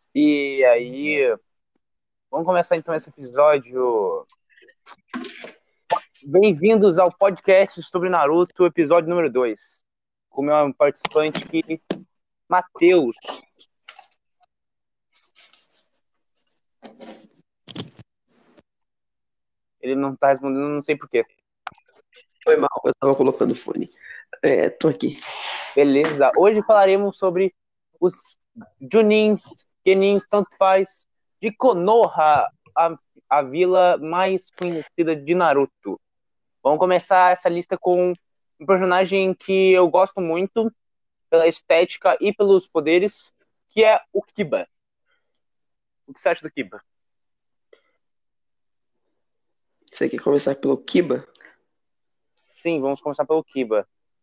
E aí, vamos começar então esse episódio. Bem-vindos ao podcast sobre Naruto, episódio número 2. Com o meu participante aqui, Matheus. Ele não tá respondendo, não sei porquê. Foi mal, eu tava colocando fone. Tô aqui. Beleza. Hoje falaremos sobre os Junins, Genins, tanto faz, de Konoha, a vila mais conhecida de Naruto. Vamos começar essa lista com um personagem que eu gosto muito pela estética e pelos poderes, que é o Kiba. O que você acha do Kiba? Você quer começar pelo Kiba? Sim, vamos começar pelo Kiba.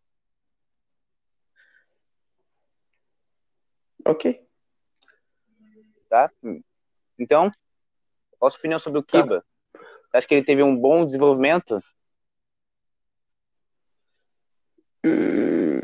Ok. Tá? Então, qual a sua opinião sobre o Tá. Kiba? Você acha que ele teve um bom desenvolvimento? Hum,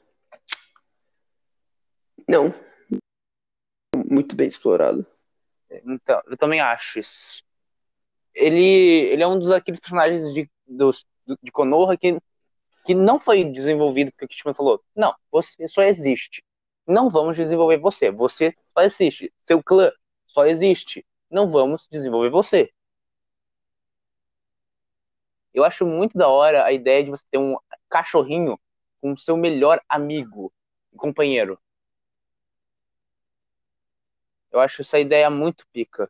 não. Muito bem explorado. Então, eu também acho isso. Ele é um dos aqueles personagens de Konoha que não foi desenvolvido porque o Kishimoto falou, não, você só existe. Não vamos desenvolver você. Você só existe. Seu clã só existe. Não vamos desenvolver você. Eu acho muito da hora a ideia de você ter um cachorrinho com seu melhor amigo e companheiro. Eu acho essa ideia muito pica.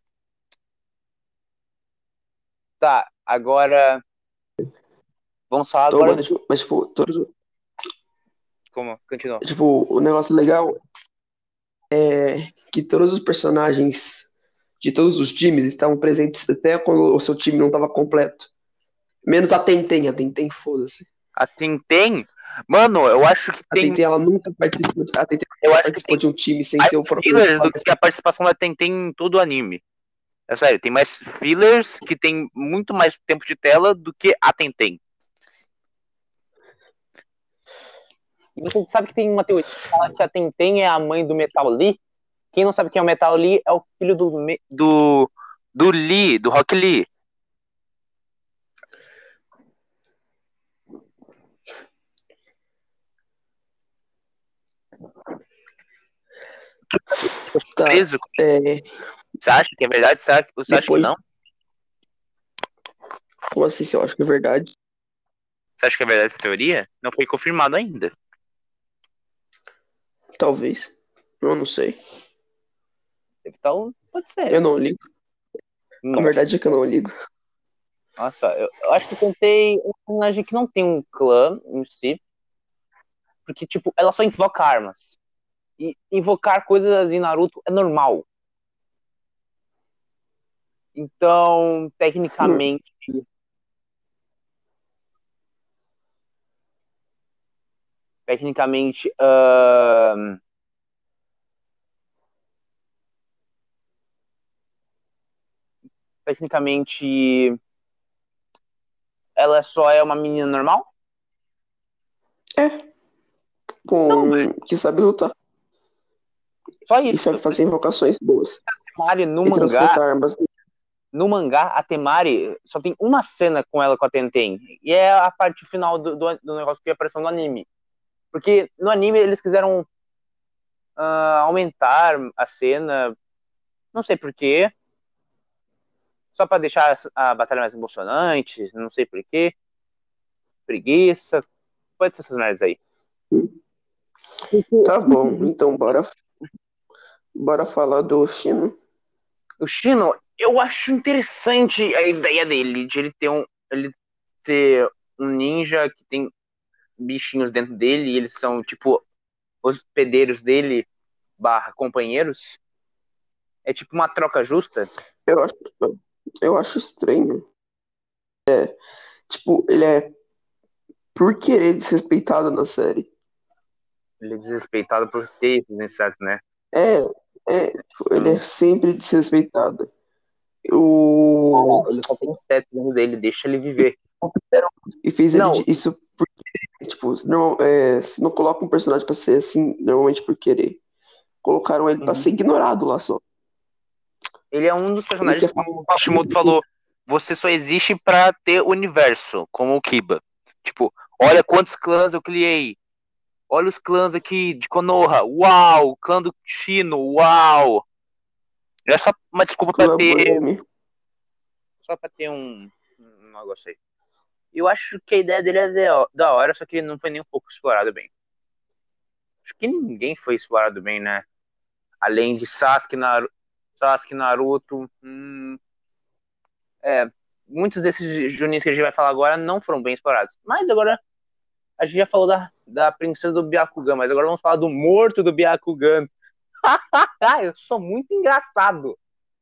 Tá, agora vamos falar Então, agora. mas, tipo, Como? Continua. o negócio legal é que todos os personagens de todos os times estavam presentes até quando o seu time não estava completo. Menos a Tenten. A Tenten, foda-se. A Tenten, mano, eu acho que A tem. Tenten, ela nunca participou, a Tenten Eu nunca acho que participou tem de um time sem mais ser o próprio. fillers do que a participação da Tenten em todo o anime. É sério, tem mais fillers que tem muito mais tempo de tela do que a Tenten. E você sabe que tem uma teoria que fala que a Tenten é a mãe do Metal Lee? Quem não sabe quem é o Metal Lee é o filho do Lee, do Rock Lee. Ficou Tá. surpreso? Você acha que é verdade? Você acha que Depois, não? como assim, se eu acho que é verdade? Você acha que é verdade essa teoria? Não foi confirmado ainda. Talvez. Eu não sei. Então, pode ser. Eu não ligo. A Nossa, verdade é que eu não ligo. nossa, eu acho que eu tentei um personagem que não tem um clã em si, porque, tipo, ela só invoca armas. E invocar coisas em Naruto é normal. Então, Hum, tecnicamente, tecnicamente, ela só é uma menina normal? é, Não, que sabe lutar. só E isso. sabe fazer invocações boas. Temari E transportar armas. no mangá, a Temari só tem uma cena com ela com a Tenten. E é a parte final do negócio que apareceu no anime. Porque no anime eles quiseram aumentar a cena, não sei porquê, só para deixar a batalha mais emocionante, não sei porquê, preguiça, pode ser essas merdas aí. Tá bom, então bora falar do Shino. O Shino, eu acho interessante a ideia dele, de ele ter um ninja que tem bichinhos dentro dele, e eles são tipo hospedeiros dele barra companheiros. É tipo uma troca justa. Eu acho, eu acho estranho. Tipo, ele é por querer desrespeitado na série. Ele é desrespeitado por ter esses necessidades, né? É, tipo, ele é sempre desrespeitado. O... Ele só tem stats dentro dele, deixa ele viver. E fez ele Não, isso porque, tipo, não, não coloca um personagem pra ser assim, normalmente por querer. Colocaram ele pra uhum. ser ignorado lá só. Ele é um dos Ele personagens quer que o Kishimoto falou, você só existe pra ter universo, como o Kiba. Tipo, olha quantos clãs eu criei. Olha os clãs aqui de Konoha. Uau! Clã do Shino. Uau! É só uma desculpa pra Clã ter. Bonami. Só pra ter um negócio aí. Eu acho que a ideia dele é da hora, só que ele não foi nem um pouco explorado bem. Acho que ninguém foi explorado bem, né? Além de Sasuke, Naruto. É, muitos desses Junins que a gente vai falar agora não foram bem explorados. Mas agora a gente já falou da princesa do Byakugan, mas agora vamos falar do morto do Byakugan. Eu sou muito engraçado.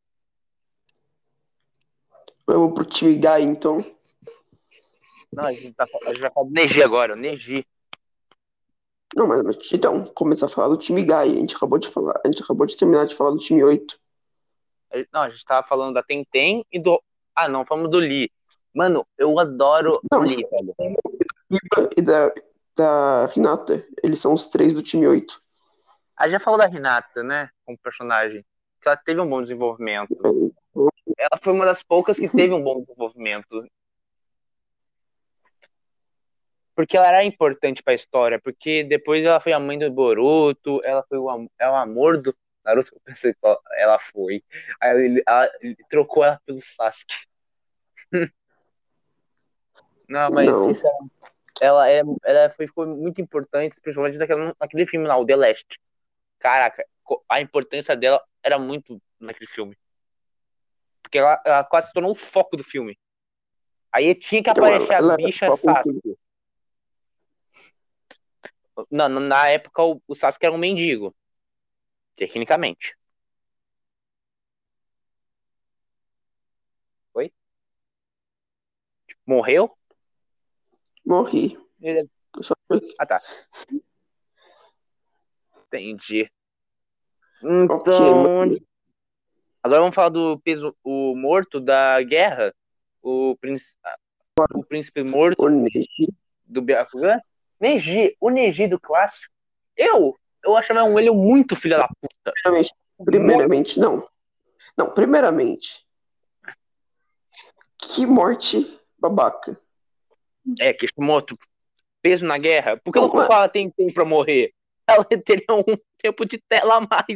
Vamos pro time Gai, então. Não, a gente vai falar do Neji agora, o Neji. Não, mas então, começar a falar do time Gai. A gente acabou de falar. A gente acabou de terminar de falar do time 8. Não, a gente tava falando da Tenten e do. Ah, não, falamos do Lee. Mano, eu adoro o Não, Lee, velho. Iba e da Hinata. Eles são os 3 do time 8. A gente já falou da Hinata, né? Como personagem. Que ela teve um bom desenvolvimento. Ela foi uma das poucas que teve um bom desenvolvimento. Porque ela era importante pra história. Porque depois ela foi a mãe do Boruto. Ela foi o amor do Naruto. Eu pensei que ela foi. Aí ele trocou ela pelo Sasuke. Não, mas Não. sinceramente, ficou muito importante, principalmente naquele filme lá, o The Last. Caraca, a importância dela era muito naquele filme. Porque ela quase se tornou o foco do filme. Aí tinha que Então, aparecer a ela bicha Sasuke. Na época, o Sasuke era um mendigo. Tecnicamente. Foi? Morreu? morri. Ele- Só- Ah, tá. Entendi. Ok, Então, agora vamos falar do peso, o morto da guerra. O, o príncipe morto o Neji. do Byakugan. O Neji do clássico. Eu achava ele muito filho da puta. Primeiramente, não. Não, primeiramente. Que morte babaca. Kishimoto, peso na guerra. Por que Não, não colocou ela tem tempo pra morrer? Ela teria um tempo de tela a mais.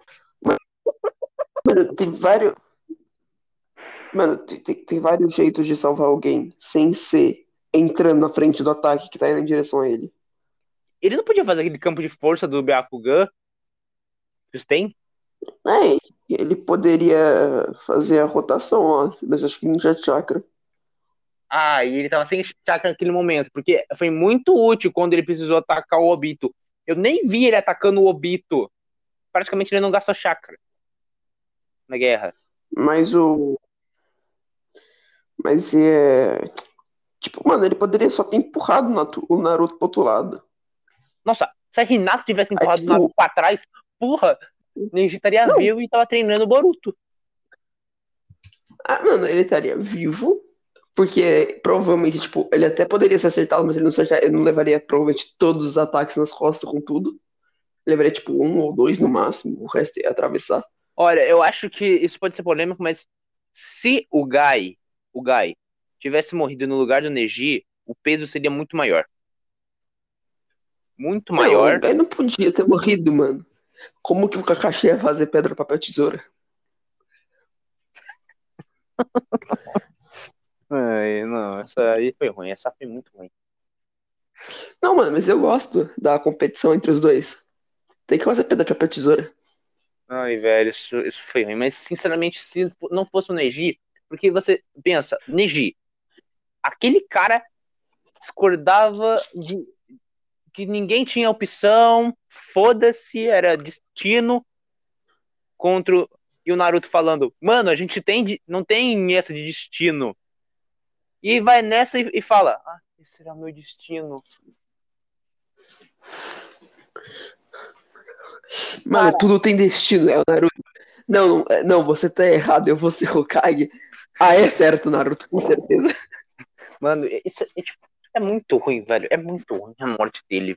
mano, tem vários. Mano, tem vários jeitos de salvar alguém sem ser entrando na frente do ataque que tá indo em direção a ele. Ele não podia fazer aquele campo de força do Byakugan? Vocês têm? É, ele poderia fazer a rotação lá, mas acho que não tinha chakra. Ah, e ele tava sem chakra naquele momento, porque foi muito útil quando ele precisou atacar o Obito. Eu nem vi ele atacando o Obito. Praticamente ele não gastou chakra na guerra. Mas o. Mas é. Tipo, mano, ele poderia só ter empurrado o Naruto pro outro lado. Nossa, se a Hinata tivesse Aí, empurrado o Naruto tipo, pra trás, porra, Neji estaria não. vivo e tava treinando o Boruto. Ah, mano, ele estaria vivo. Porque provavelmente, tipo, ele até poderia ser acertado, mas ele não levaria provavelmente todos os ataques nas costas com tudo. Ele levaria, tipo, um ou dois no máximo, o resto ia atravessar. Olha, eu acho que isso pode ser polêmico, mas se o Gai, tivesse morrido no lugar do Neji, o peso seria muito maior. Muito Não, o maior. Gai não podia ter morrido, mano. Como que o Kakashi ia fazer pedra, papel, tesoura? Ai, não, essa aí foi ruim, essa foi muito ruim. Não, mano, mas eu gosto da competição entre os dois. Tem que fazer pedra, papel, tesoura. Ai, velho, isso foi ruim. Mas, sinceramente, se não fosse o Neji, porque você pensa, Neji, aquele cara discordava de que ninguém tinha opção, foda-se, era destino contra e o Naruto falando, mano, a gente não tem essa de destino. E vai nessa e fala, esse será meu destino. Mano, Cara, tudo tem destino, é o Naruto. Não, não, você tá errado, eu vou ser Hokage. Ah, é certo, Naruto, com certeza. mano, isso tipo, é muito ruim, velho. É muito ruim a morte dele.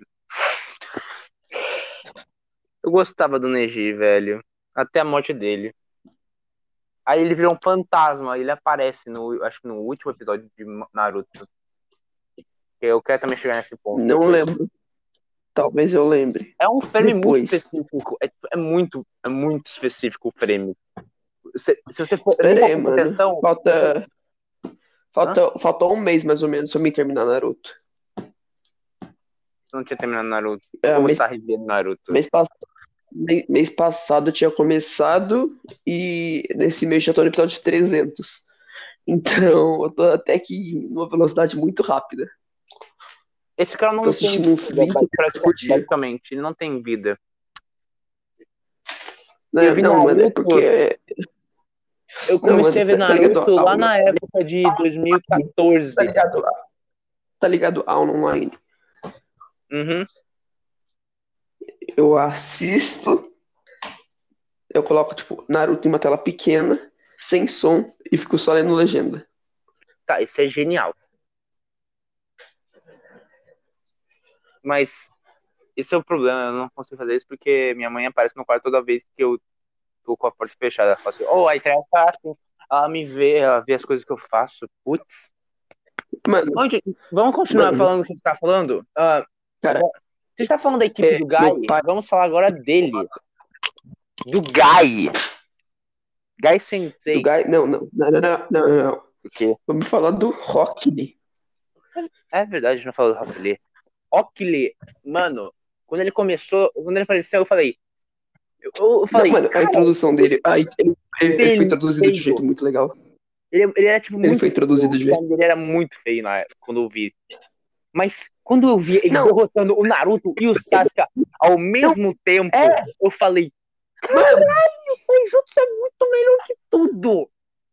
Eu gostava do Neji, velho. Até a morte dele. Aí ele vira um fantasma, ele aparece acho que no último episódio de Naruto. Eu quero também chegar nesse ponto Não depois. lembro. Talvez eu lembre. É um frame muito Depois. específico. É muito específico o frame. Se você for. Eu Espera nunca aí, fiz mano. questão. Hã? Falta um mês mais ou menos pra mim terminar Naruto. Eu não tinha terminado Naruto. É, Ou está revendo Naruto. mês passado eu tinha começado e nesse mês já tô no episódio 300. Então eu tô até que numa velocidade muito rápida. Esse cara Tô não tem assistindo uns vida, 20 episódios por dia. basicamente. Ele não tem vida. Eu Não, vi não, mano, é Naruto. porque. Eu Não, mano, comecei a ver tá ligado Naruto ao lá na época de tá 2014. ligado, tá ligado ao online. Uhum. Eu assisto, eu coloco, tipo, Naruto em uma tela pequena, sem som, e fico só lendo legenda. Tá, isso é genial. Mas esse é o problema. Eu não consigo fazer isso porque minha mãe aparece no quarto toda vez que eu tô com a porta fechada. Ela fala assim: oh, a internet tá assim. Ela me vê, ela vê as coisas que eu faço. Putz. Mano, Vamos continuar mano, falando o que você tá falando? cara, Você está falando da equipe do Guy? meu pai. Vamos falar agora dele. Do Guy. Guy Do Sensei. Guy. Não. O quê? Vamos falar do Rock Lee. É verdade, a gente não falou do Rock Lee. Rock Lee, mano, quando ele apareceu, eu falei. Eu falei, Não, mano, a introdução dele. Ele foi introduzido de um jeito feio. muito legal. Ele era, tipo, Ele muito foi introduzido de feio. Ele era muito feio na época, quando eu vi. Mas quando eu vi ele Não. derrotando o Naruto e o Sasuke ao mesmo tempo, eu falei, caralho, o Taijutsu é muito melhor que tudo.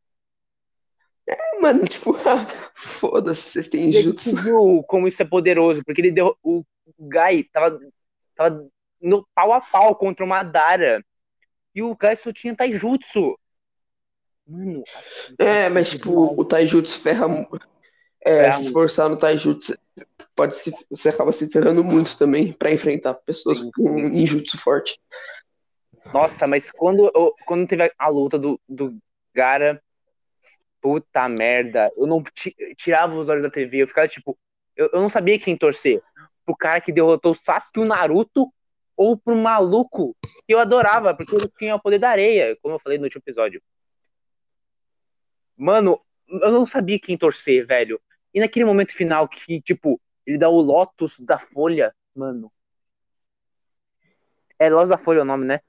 Mano, tipo, foda-se, vocês têm E a gente jutsu. viu como isso é poderoso, porque ele deu. O Guy tava no pau a pau contra o Madara. E o Guy só tinha Taijutsu. Mano. Mas tipo, o Taijutsu ferra. Se esforçar no Taijutsu, você acaba se ferrando muito também pra enfrentar pessoas com ninjutsu forte. Nossa, mas quando teve a luta do Gaara, puta merda, eu não tirava os olhos da TV, eu ficava tipo, eu não sabia quem torcer. Pro cara que derrotou o Sasuke e o Naruto, ou pro maluco que eu adorava, porque ele tinha o poder da areia, como eu falei no último episódio. Mano, eu não sabia quem torcer, velho. E naquele momento final que, tipo, ele dá o Lotus da Folha, mano. É Lotus da Folha o nome, né?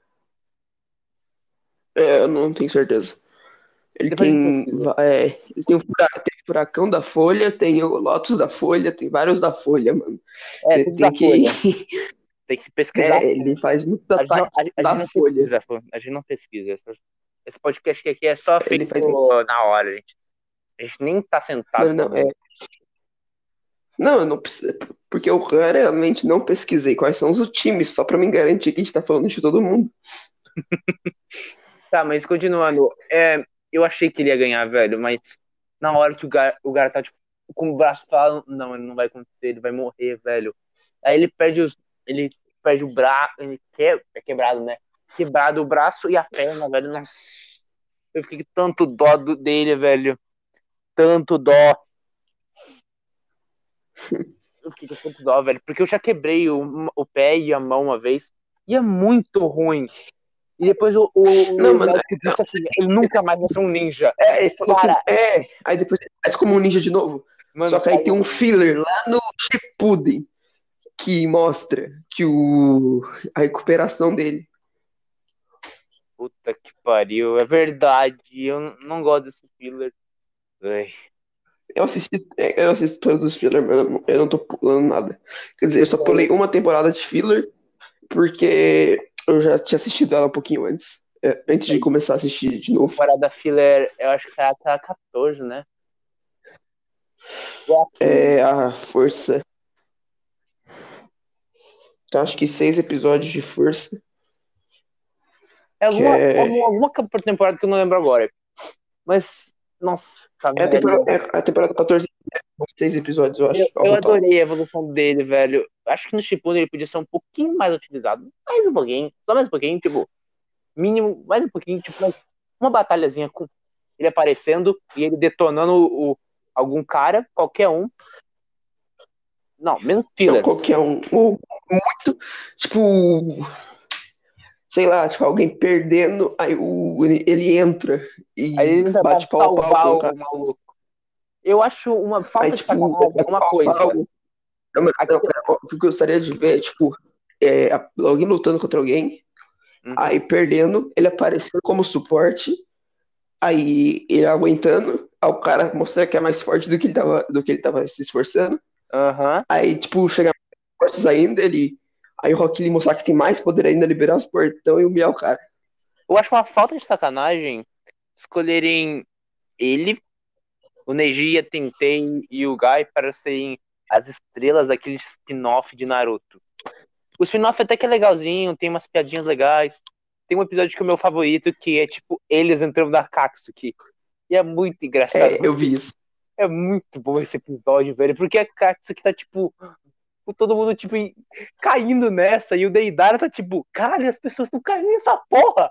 Eu não tenho certeza. Ele tem o Furacão da Folha, tem o Lotus da Folha, tem vários da Folha, mano. Você tudo tem da que. Folha. Tem que pesquisar. Ele faz muito ataque da Folha. A gente não pesquisa. Esse podcast aqui é só feito na hora, gente. A gente nem tá sentado. Não, eu não preciso. Porque eu realmente não pesquisei quais são os times, só pra me garantir que a gente tá falando de todo mundo. Tá, mas continuando. Eu achei que ele ia ganhar, velho, mas na hora que o cara tá tipo, com o braço falando, não, ele não vai acontecer, ele vai morrer, velho. Aí ele perde o braço, é quebrado, né? Quebrado o braço e a perna, velho. Nossa, eu fiquei com tanto dó dele, velho. Tanto dó. Eu fiquei com tanto dó, velho. Porque eu já quebrei o pé e a mão uma vez. E é muito ruim. E depois Não, mano, disse assim, ele nunca mais vai ser um ninja. ele falou cara, aí depois ele faz como um ninja de novo. Mano, só que aí tem um filler lá no Shippuden que mostra que a recuperação dele. Puta que pariu, é verdade. Eu não gosto desse filler. Ai. Eu assisto todos os fillers, mas eu não tô pulando nada. Quer dizer, eu só pulei uma temporada de filler porque eu já tinha assistido ela um pouquinho antes. Antes de começar a assistir de novo. Temporada filler, eu acho que é até a 14, né? A Força. Então, acho que 6 episódios de Força. Alguma temporada que eu não lembro agora. Mas, nossa, tá a temporada 14 6 episódios, eu acho. Eu adorei a evolução dele, velho. Acho que no Shippuden ele podia ser um pouquinho mais utilizado. Mais um pouquinho, só mais um pouquinho, tipo, mínimo, mais um pouquinho, tipo, uma batalhazinha com ele aparecendo e ele detonando algum cara, qualquer um. Não, menos Não filler. qualquer um. Ou muito, tipo, sei lá, tipo, alguém perdendo, aí ele entra Aí e ele entra pra bate pau a pau com salvar o cara. o maluco. Eu acho uma Aí, falta de tipo, sacanagem uma pau a coisa. pau. Não, mas, Aqui... não, cara, o que eu gostaria de ver é, tipo, alguém lutando contra alguém, Uhum. aí perdendo, ele aparecendo como suporte, aí ele aguentando, aí o cara mostrar que é mais forte do que ele tava se esforçando. Aham. Aí, tipo, chega mais fortes ainda, aí o Rock Lee mostrar que tem mais poder ainda, liberar os portão e humilhar o cara. Eu acho uma falta de sacanagem escolherem ele, o Neji, a Tentei e o Gai para serem as estrelas daquele spin-off de Naruto. O spin-off até que é legalzinho, tem umas piadinhas legais. Tem um episódio que é o meu favorito, que é tipo eles entrando na Katsuki. E é muito engraçado, É, eu porque vi isso. é muito bom esse episódio, velho. Porque a Katsuki tá tipo, todo mundo tipo caindo nessa, e o Deidara tá tipo, caralho, as pessoas estão caindo nessa porra!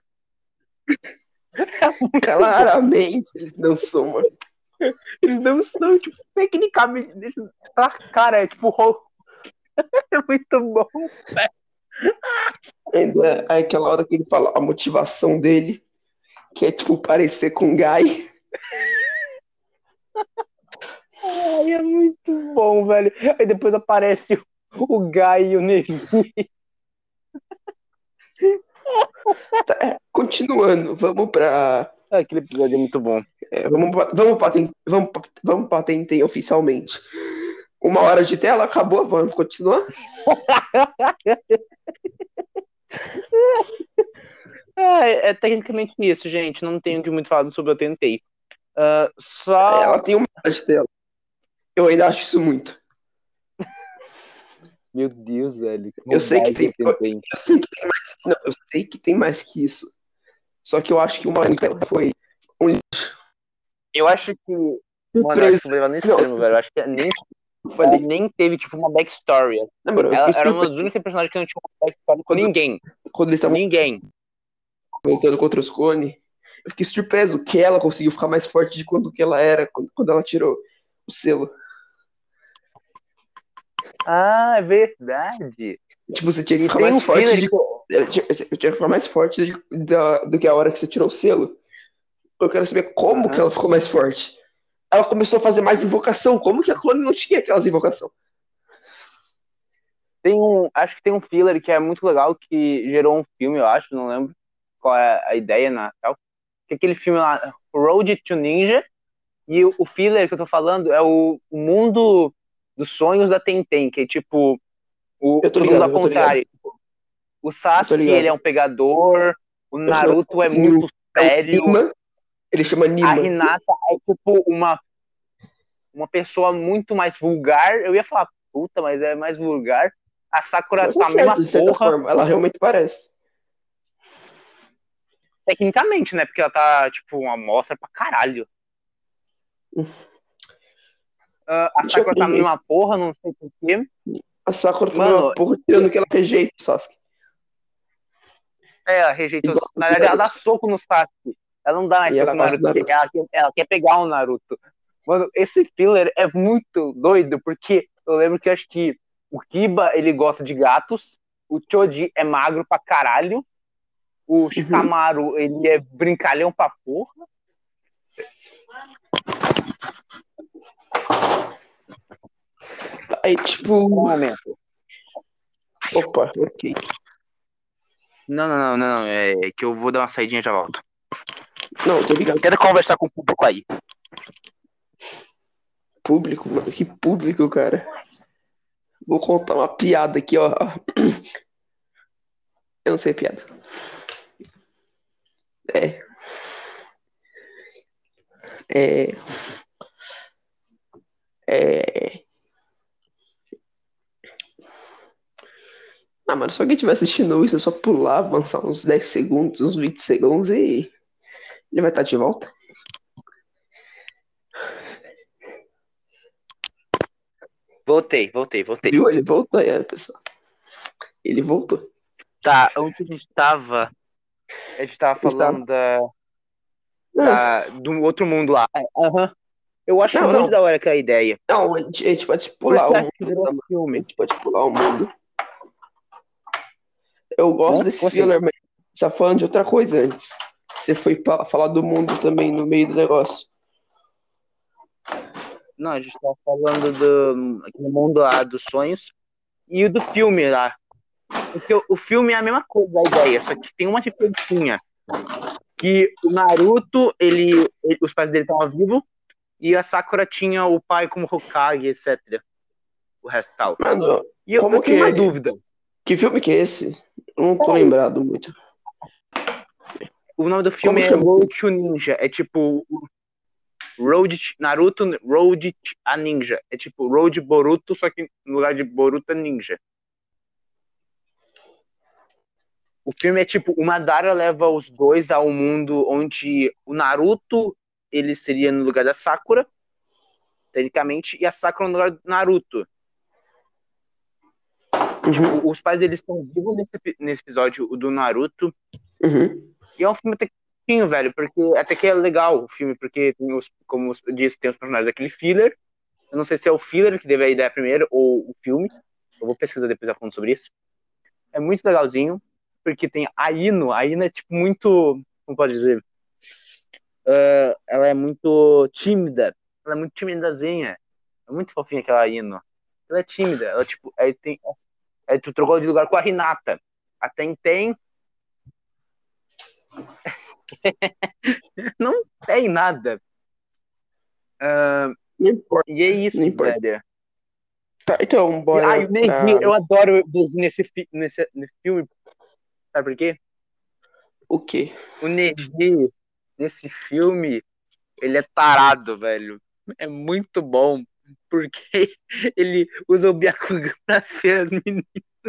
É muito bom. Claramente, eles não são, mano. Eles não são, tipo, tecnicamente. Ah, cara, é tipo, é muito bom. Ainda é aquela hora que ele fala a motivação dele, que é, tipo, parecer com o Guy. Ai, é muito bom, velho. Aí depois aparece o Guy e o Neji. Tá, continuando, vamos pra. Aquele episódio é muito bom. Vamos pra Tentem oficialmente. 1 hora de tela, acabou, vamos continuar? É tecnicamente isso, gente. Não tenho que muito falar sobre o Tentei. Só. Ela tem 1 hora de tela. Eu ainda acho isso muito. Meu Deus, velho. Que Eu sei que maldade tem, eu tentei. eu sei que tem mais, não, eu sei que tem mais que isso. Só que eu acho que 1 hora de tela foi um Eu acho que. Mano, eu acho surpresa. que vou levar no Não, extremo, velho. Eu acho que eu ela falei, nem teve, tipo, uma backstory. na moral, eu Ela fiquei era uma das surpreso únicas personagens que não tinha uma backstory com quando, ninguém. quando eles estavam Ninguém. lutando contra os clones. Eu fiquei surpreso que ela conseguiu ficar mais forte de quando que ela era, quando ela tirou o selo. Ah, é verdade. Tipo, você tinha que ficar Tem mais um forte filler de. que. Eu tinha que ficar mais forte do que a hora que você tirou o selo. Eu quero saber como que Aham. ela ficou mais forte. Ela começou a fazer mais invocação. Como que a clone não tinha aquelas invocações? Acho que tem um filler que é muito legal, que gerou um filme, eu acho, não lembro qual é a ideia na real. Que é aquele filme lá, Road to Ninja, e o filler que eu tô falando é o mundo dos sonhos da Tenten, que é tipo, Eu tô todo mundo ligado, ao eu tô ligado. contrário. O Eu tô Sasuke, ele é ligado. um pegador, o Uhum. Naruto é Tem muito é o sério, Nima, ele chama a Nima. Hinata é tipo uma pessoa muito mais vulgar. Eu ia falar puta, mas é mais vulgar. A Sakura Mas tá tá a mesma certo, de certa porra, forma. Ela realmente parece. tecnicamente, né? Porque ela tá, tipo, uma mostra pra caralho. A Deixa eu Sakura tá a ver. mesma porra, não sei porquê. A Sakura também é uma Mano, porra tirando que ela rejeita o Sasuke. ela rejeitou. Igual Na o verdade, ela dá Naruto. soco no Sasuke. Ela não dá mais E soco ela no gosta do Naruto, porque Naruto. ela quer pegar o Naruto. Mano, esse filler é muito doido, porque eu lembro que eu acho que o Kiba, ele gosta de gatos, o Choji é magro pra caralho, o Uhum. Shikamaru, ele é brincalhão pra porra. Aí, Um tipo. momento. Opa, ok. Não, é que eu vou dar uma saidinha e já volto. Não, tô ligado. Quero conversar com o público aí. Público, mano. Que público, cara. Vou contar uma piada aqui, ó. Eu não sei piada. É. É. É. Ah, mano, se alguém estiver assistindo isso, é só pular, avançar uns 10 segundos, uns 20 segundos e ele vai estar de volta. Voltei. Viu? Ele voltou aí, pessoal. Ele voltou. Tá, onde a gente tava? A gente tava Está falando da. do outro mundo lá. Aham. Eu acho Não, muito não. da hora aquela ideia. Não, a gente pode Por isso pular que eu o acho que mundo. virou Tá, mano? A filme. gente pode pular o mundo. Eu gosto Hã? desse Como assim? filler, mas você tá falando de outra coisa antes. Você foi falar do mundo também no meio do negócio. Não, a gente tava falando do aquele mundo lá dos sonhos e o do filme lá. Porque o filme é a mesma coisa, a ideia, só que tem uma diferencinha. Que o Naruto, os pais dele estavam vivos, e a Sakura tinha o pai como Hokage, etc. O resto tal. Mano, E eu como tenho uma que. dúvida. Que filme que é esse? Eu não tô Peraí, lembrado muito. o nome do Como filme é chama? Road to Ninja. É tipo Naruto Road a Ninja. É tipo Road Boruto, só que no lugar de Boruto é Ninja. O filme é tipo, o Madara leva os dois ao mundo onde o Naruto ele seria no lugar da Sakura, tecnicamente, e a Sakura no lugar do Naruto. Uhum, Tipo, os pais deles estão vivos nesse episódio, o do Naruto. uhum. E é um filme até que curtinho, velho, porque até que é legal o filme, porque tem como eu disse, tem os personagens daquele filler. Eu não sei se é o filler que teve a ideia primeiro ou o filme. Eu vou pesquisar depois a fundo sobre isso. É muito legalzinho, porque tem a Ino. A Ino é tipo muito, como pode dizer? Ela é muito tímida. Ela é muito timidazinha. É muito fofinha aquela Ino. Ela é tímida. Ela, tipo, aí tu trocou de lugar com a Hinata. A Tenten não tem nada. Não importa, E é isso, não importa. velho. Tá, então, E bora o Neji, pra. eu adoro o Neji nesse filme. Sabe por quê? O quê? O Neji, nesse filme, ele é tarado, velho. É muito bom. Porque ele usa o Byakugan pra ver as meninas.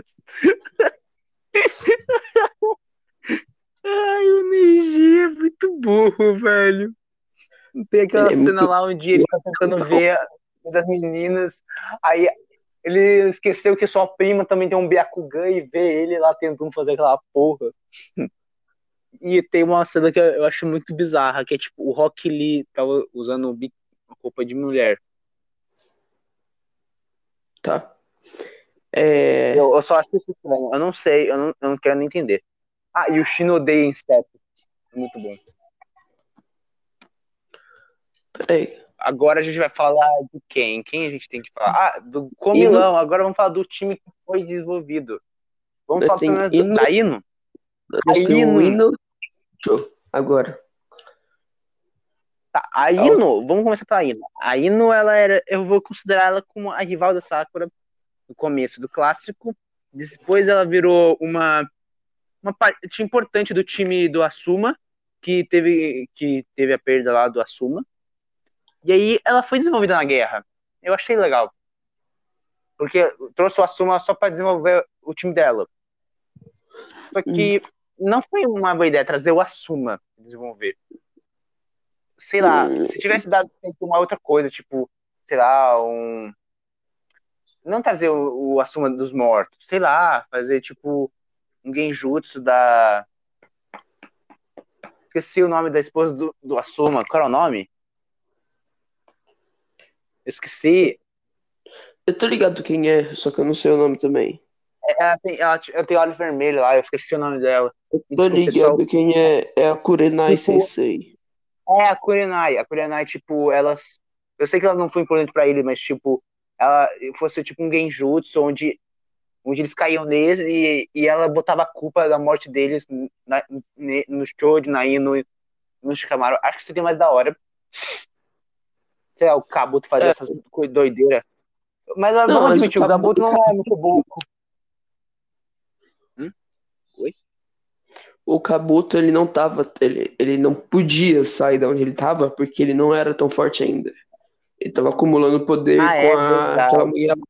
Ai, o Neji é muito burro, velho. Tem Ele aquela é cena muito. lá onde ele tá tentando ver uma das meninas. Aí ele esqueceu que sua prima também tem um Byakugan e vê ele lá tentando fazer aquela porra. E tem uma cena que eu acho muito bizarra, que é tipo, o Rock Lee tava usando uma roupa de mulher. Tá. É. Eu só acho isso estranho. Eu não sei, eu não quero nem entender. Ah, e o Shin odeia insetos. É muito bom. Peraí. Agora a gente vai falar de quem? Quem a gente tem que falar? Ah, do Hino. Comilão. Agora vamos falar do time que foi desenvolvido. Vamos Nós falar pelo tem menos hino. da Ino? A Nós tem o Ino. hino. Show. Agora. Tá, a Alto. Ino, vamos começar pela Ino. A Ino, ela era, eu vou considerar ela como a rival da Sakura no começo do clássico. Depois ela virou uma parte importante do time do Asuma, que teve a perda lá do Asuma. E aí ela foi desenvolvida na guerra. Eu achei legal. Porque trouxe o Asuma só para desenvolver o time dela. Só Hum, que não foi uma boa ideia trazer o Asuma pra desenvolver. Sei lá, hum, se tivesse dado uma outra coisa, tipo, sei lá, não trazer o Asuma dos mortos, sei lá, fazer tipo um genjutsu da. Esqueci o nome da esposa do Asuma. Qual era o nome? Esqueci. eu tô ligado quem é, só que eu não sei o nome também. Ela tem olho vermelho lá, eu esqueci o nome dela. Me Tô desculpa, pessoal. ligado quem é. É a Kurenai Tipo, Sensei. a Kurenai. A Kurenai, tipo, elas. Eu sei que elas não foram importantes pra ele, mas, tipo, ela fosse tipo um genjutsu onde eles caíam neles e ela botava a culpa da morte deles no Choji, na Ino, no Shikamaru. Acho que seria mais da hora. Sei lá, o Kabuto fazer É, essas doideiras. Mas não, vamos mas o admitir, o Kabuto, Kabuto não é muito bom. Hum? Oi? o Kabuto, ele não tava. Ele não podia sair da onde ele tava porque ele não era tão forte ainda. Ele tava acumulando poder Ah, com é aquela verdade, mulher.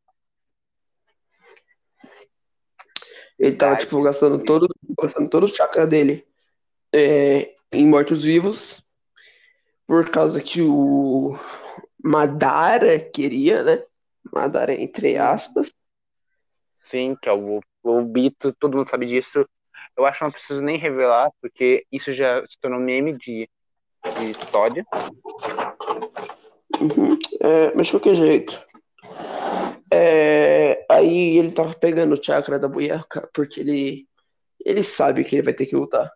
Ele tava, verdade. tipo, gastando todo o chakra dele em mortos-vivos, por causa que o Madara queria, né? Madara, entre Uhum. aspas. Sim, que é o Bito, todo mundo sabe disso. Eu acho que não preciso nem revelar, porque isso já se tornou meme de de história. Mas de qualquer jeito. Aí ele tava pegando o chakra da Buyaka, porque ele sabe que ele vai ter que lutar.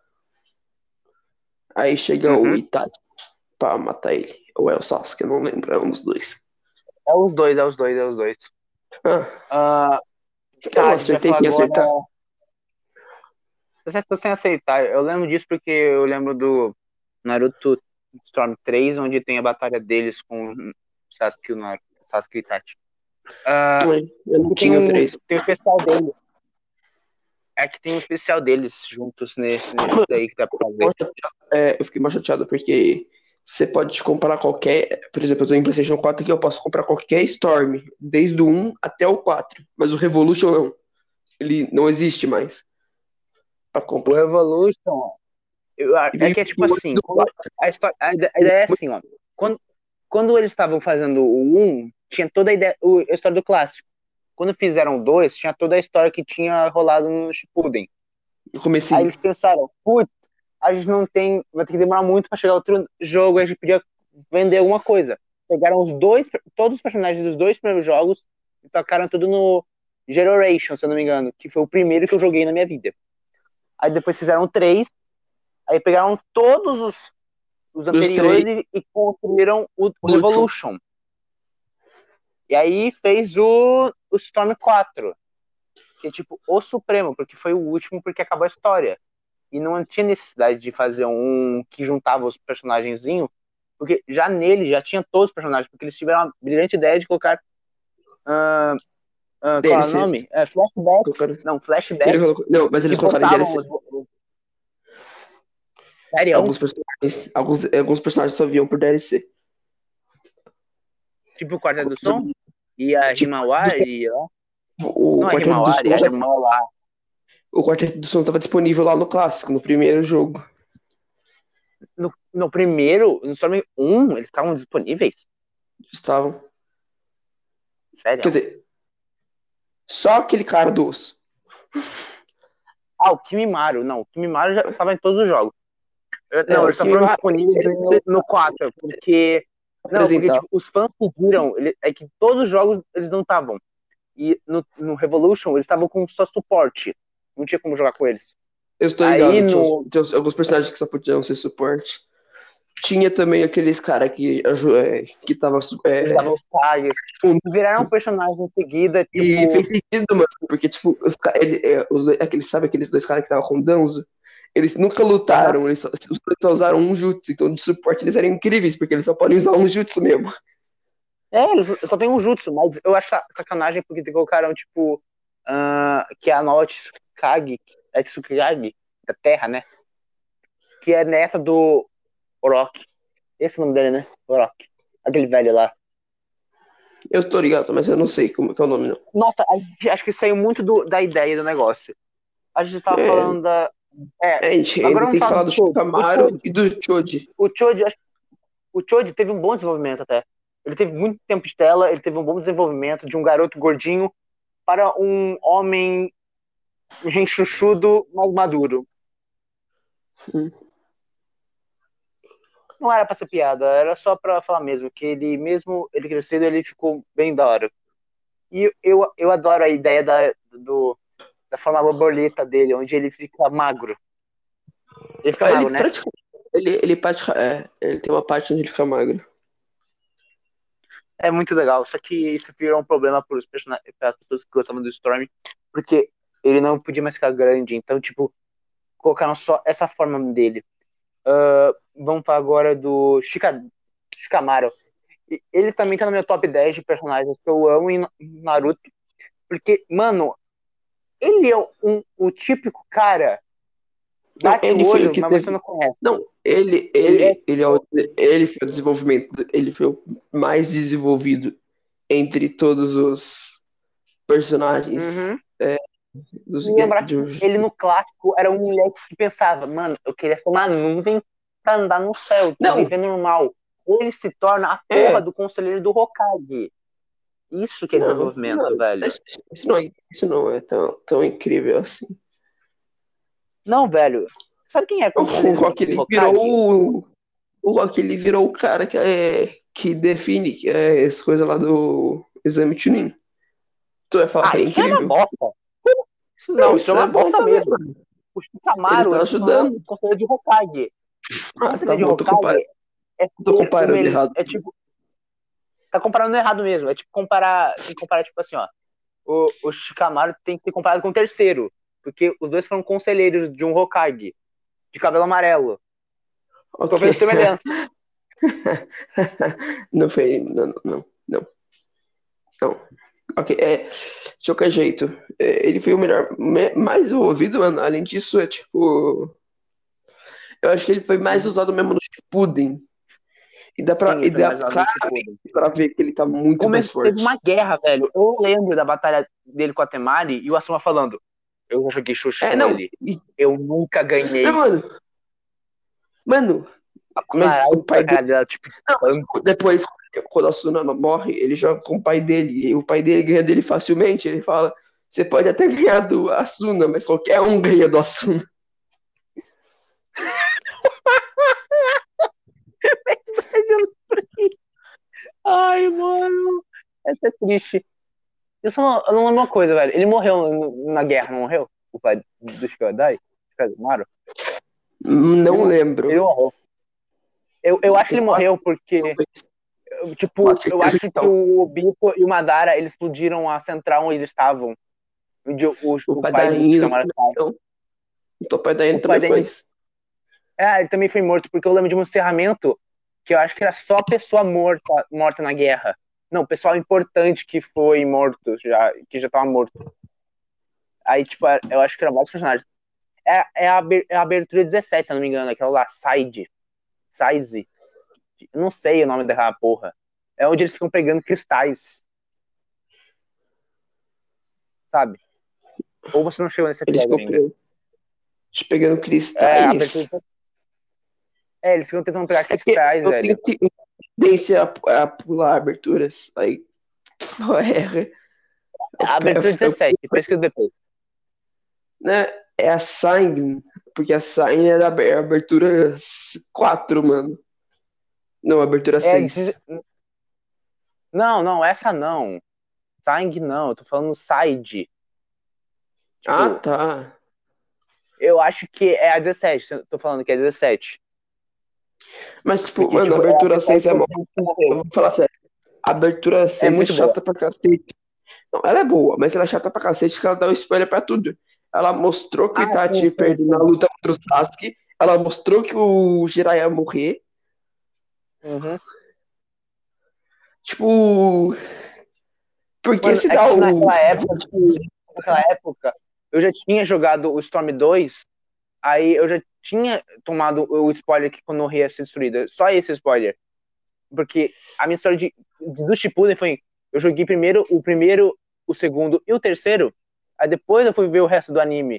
Aí chega o Uhum. Itachi pra matar ele. Ou é o Sasuke, eu não lembro, é um dos dois. É os dois, é os dois, é os dois. Ah, Tá, eu a gente vai acertei falar sem agora. acertar. Você acertou sem aceitar. Eu lembro disso porque eu lembro do Naruto Storm 3, onde tem a batalha deles com o Sasuke e o Sasuke e o Itachi. Eu não E tem tinha o 3. tem o especial deles. É que tem um especial deles juntos nesse daí que dá pra fazer. Eu fiquei mais chateado porque você pode comprar qualquer. Por exemplo, eu tô em PlayStation 4 aqui, eu posso comprar qualquer Storm, desde o 1 até o 4. Mas o Revolution não. Ele não existe mais pra O comprar. Revolution, E é veio que é tipo do 8 e assim, do 4. a ideia é assim, ó. Quando eles estavam fazendo o um tinha toda a história do clássico. Quando fizeram o 2, tinha toda a história que tinha rolado no Shippuden. No Aí comecinho. eles pensaram, putz, a gente não tem, vai ter que demorar muito pra chegar outro jogo, a gente podia vender alguma coisa. Pegaram todos os personagens dos dois primeiros jogos e tocaram tudo no Generation, se eu não me engano, que foi o primeiro que eu joguei na minha vida. Aí depois fizeram três, aí pegaram todos os Dos três, anteriores e construíram o Revolution. Revolution. E aí fez o Storm 4, que é tipo o Supremo, porque foi o último, porque acabou a história. E não tinha necessidade de fazer um que juntava os personagenzinhos, porque já nele já tinha todos os personagens, porque eles tiveram a brilhante ideia de colocar. Qual é o DLCs. nome? Flashbacks. Colocaram. Não, flashbacks Não, mas que eles colocaram em botavam DLC. os. Sério? Alguns personagens só viam por DLC. Tipo o Quarteto do Som? E a Tipo, Himawari, ó. o Não é Quarteto do Himawari, Som é a já. irmã lá. O Quarteto do Som estava disponível lá no clássico, no primeiro jogo. No primeiro, no Storm 1, eles estavam disponíveis? Estavam. Quer Sério? dizer, só aquele cara do osso. Ah, o Kimimaro. Não, o Kimimaro já estava em todos os jogos. Não, O eles só que me foram disponíveis no 4, porque. Não, porque apresentar. tipo, os fãs pediram, é que todos os jogos eles não estavam. E no Revolution eles estavam com só suporte. Não tinha como jogar com eles. Eu estou Aí ligado, no. tinha alguns personagens que só podiam ser suporte. Tinha também aqueles cara que tava. Eles davam os tags. Viraram personagens em seguida, E tipo. fez sentido, mano, porque, tipo, sabe aqueles dois caras que estavam com o Danzo? Eles nunca Aham. lutaram, os dois só usaram um jutsu, então de suporte eles eram incríveis, porque eles só podem usar um jutsu mesmo. É, eles só tem um jutsu, mas eu acho sacanagem porque colocaram, tipo. Que é a nova Tsukage da Terra, né? Que é neta do Orochi. Esse é o nome dele, né? Orochi. Aquele velho lá. Eu tô ligado, mas eu não sei como que é o nome, não. Nossa, acho que saiu muito da ideia do negócio. A gente tava É, falando da. É, a gente agora ainda vamos tem que falar falar do do Choji. Shikamaru e do Choji. O Choji teve um bom desenvolvimento até. Ele teve muito tempo de tela, ele teve um bom desenvolvimento de um garoto gordinho para um homem renchuchudo, mas maduro. Hum. Não era pra ser piada, era só pra falar mesmo, que ele, mesmo ele crescendo, ele ficou bem da hora. E eu adoro a ideia da forma borboleta dele, onde ele fica magro. Ele fica Ele magro, né? praticamente. Ele tem uma parte onde ele fica magro. É muito legal. Só que isso virou um problema para as pessoas que gostavam do Storm, porque ele não podia mais ficar grande. Então, tipo, colocaram só essa forma dele. Vamos falar agora do Shikamaru. Ele também tá no meu top 10 de personagens que eu amo em Naruto. Porque, mano, ele é o típico cara, Não, bate o ele foi o olho, que mas você teve. não conhece. Não, Ele é. ele foi o desenvolvimento, ele foi o mais desenvolvido entre todos os personagens Uhum. dos E lembrar que dos- ele no clássico era um moleque que pensava, mano, eu queria ser uma nuvem pra andar no céu e Não, viver normal. Ele se torna a porra é, do conselheiro do Hokage. Isso que é não, desenvolvimento, não, velho. isso não é tão incrível assim. Não, velho. Sabe quem é O conselheiro Rock, do ele virou Hokage? O Rock, ele virou o cara que define as coisas lá do exame Chunin. Tu vai falar que Ah, é isso é uma incrível? bosta. Isso Não, não, isso é isso é uma bom bosta também, mesmo. mano. O Ele Shikamaru está é só ajudando. conselheiro de Hokage. Ah, tá Conselheiro de bom, Hokage é tô ser o comparando melhor. errado. É tipo, tá comparando errado mesmo. É tipo comparar. Tem que comparar, tipo assim, ó. O Shikamaru tem que ser comparado com o terceiro. Porque os dois foram conselheiros de um Hokage, de cabelo amarelo. Tô Ok. vendo semelhança. Não foi. Não, não, não, não. Ok, de qualquer jeito, ele foi o melhor, mais ouvido, mano. Além disso, é tipo. Eu acho que ele foi mais Uhum. usado mesmo no Shippuden. Sim, ele foi Dá mais usado no claramente Shippuden. pra ver que ele tá muito mais Teve uma forte. guerra, velho. Eu lembro da batalha dele com a Temari e o Asuma falando: eu já joguei Xuxa com Não. ele. Eu nunca Não, ganhei. mano, A mas o Kumarai com pai a dele. cara dela, tipo, Não, depois, quando a Tsunama morre, ele joga com o pai dele. E o pai dele ganha dele facilmente. Ele fala: você pode até ganhar do Asuna, mas qualquer um ganha do Asuna. ai, mano, essa é triste. Eu não lembro uma coisa, velho. Ele morreu na guerra, não morreu? O pai do Shikadai? Shikadamaru? Ele, Não ele lembro. morreu. Eu acho que Tenho ele quase, morreu porque, tipo, quase eu certeza acho que que não. o Obito e o Madara, eles explodiram a central onde eles estavam. Onde O o pai pai da do Ino Shikamaru também estava. não. Então, o pai da Ino O pai também da foi isso. ele também foi morto, porque eu lembro de um encerramento que eu acho que era só pessoa morta na guerra. Não, pessoal importante que foi morto, que já tava morto. Aí, tipo, eu acho que eram vários personagens. É a abertura 17, se eu não me engano, aquela lá, Size. Eu não sei o nome daquela porra. É onde eles ficam pegando cristais, sabe? Ou você não chegou nesse Eles episódio ficam ainda. pegando É, a abertura cristais. 17. Eles ficam tentando pegar É que cristais, eu tenho velho. tendência a pular aberturas. Aí, A abertura 17, pesquisa depois. né, é a Sign, porque a Sign é da abertura 4, mano. Não, abertura É, 6. não, não, essa não. Sang não, eu tô falando side. Ah, Tipo, tá. eu acho que é a 17, eu tô falando que é a 17. Mas, tipo, Porque, mano, a tipo, é a abertura 6 17 é que eu mó. tenho que Eu morreu. vou falar sério. A abertura É 6 é muito boa. chata pra cacete. Não, ela é boa, mas ela é chata pra cacete que ela dá um spoiler pra tudo. Ela mostrou que o Ah, sim, Itachi sim, perdeu na sim. luta contra o Sasuke. Ela mostrou que o Jiraiya ia morrer. Uhum. Tipo, por que Mano, se é dá que o. naquela época, eu já tinha jogado o Storm 2, aí eu já tinha tomado o spoiler que Konoha ia ser destruída. Só esse spoiler. Porque a minha história do Shippuden foi, eu joguei primeiro, o segundo e o terceiro, aí depois eu fui ver o resto do anime.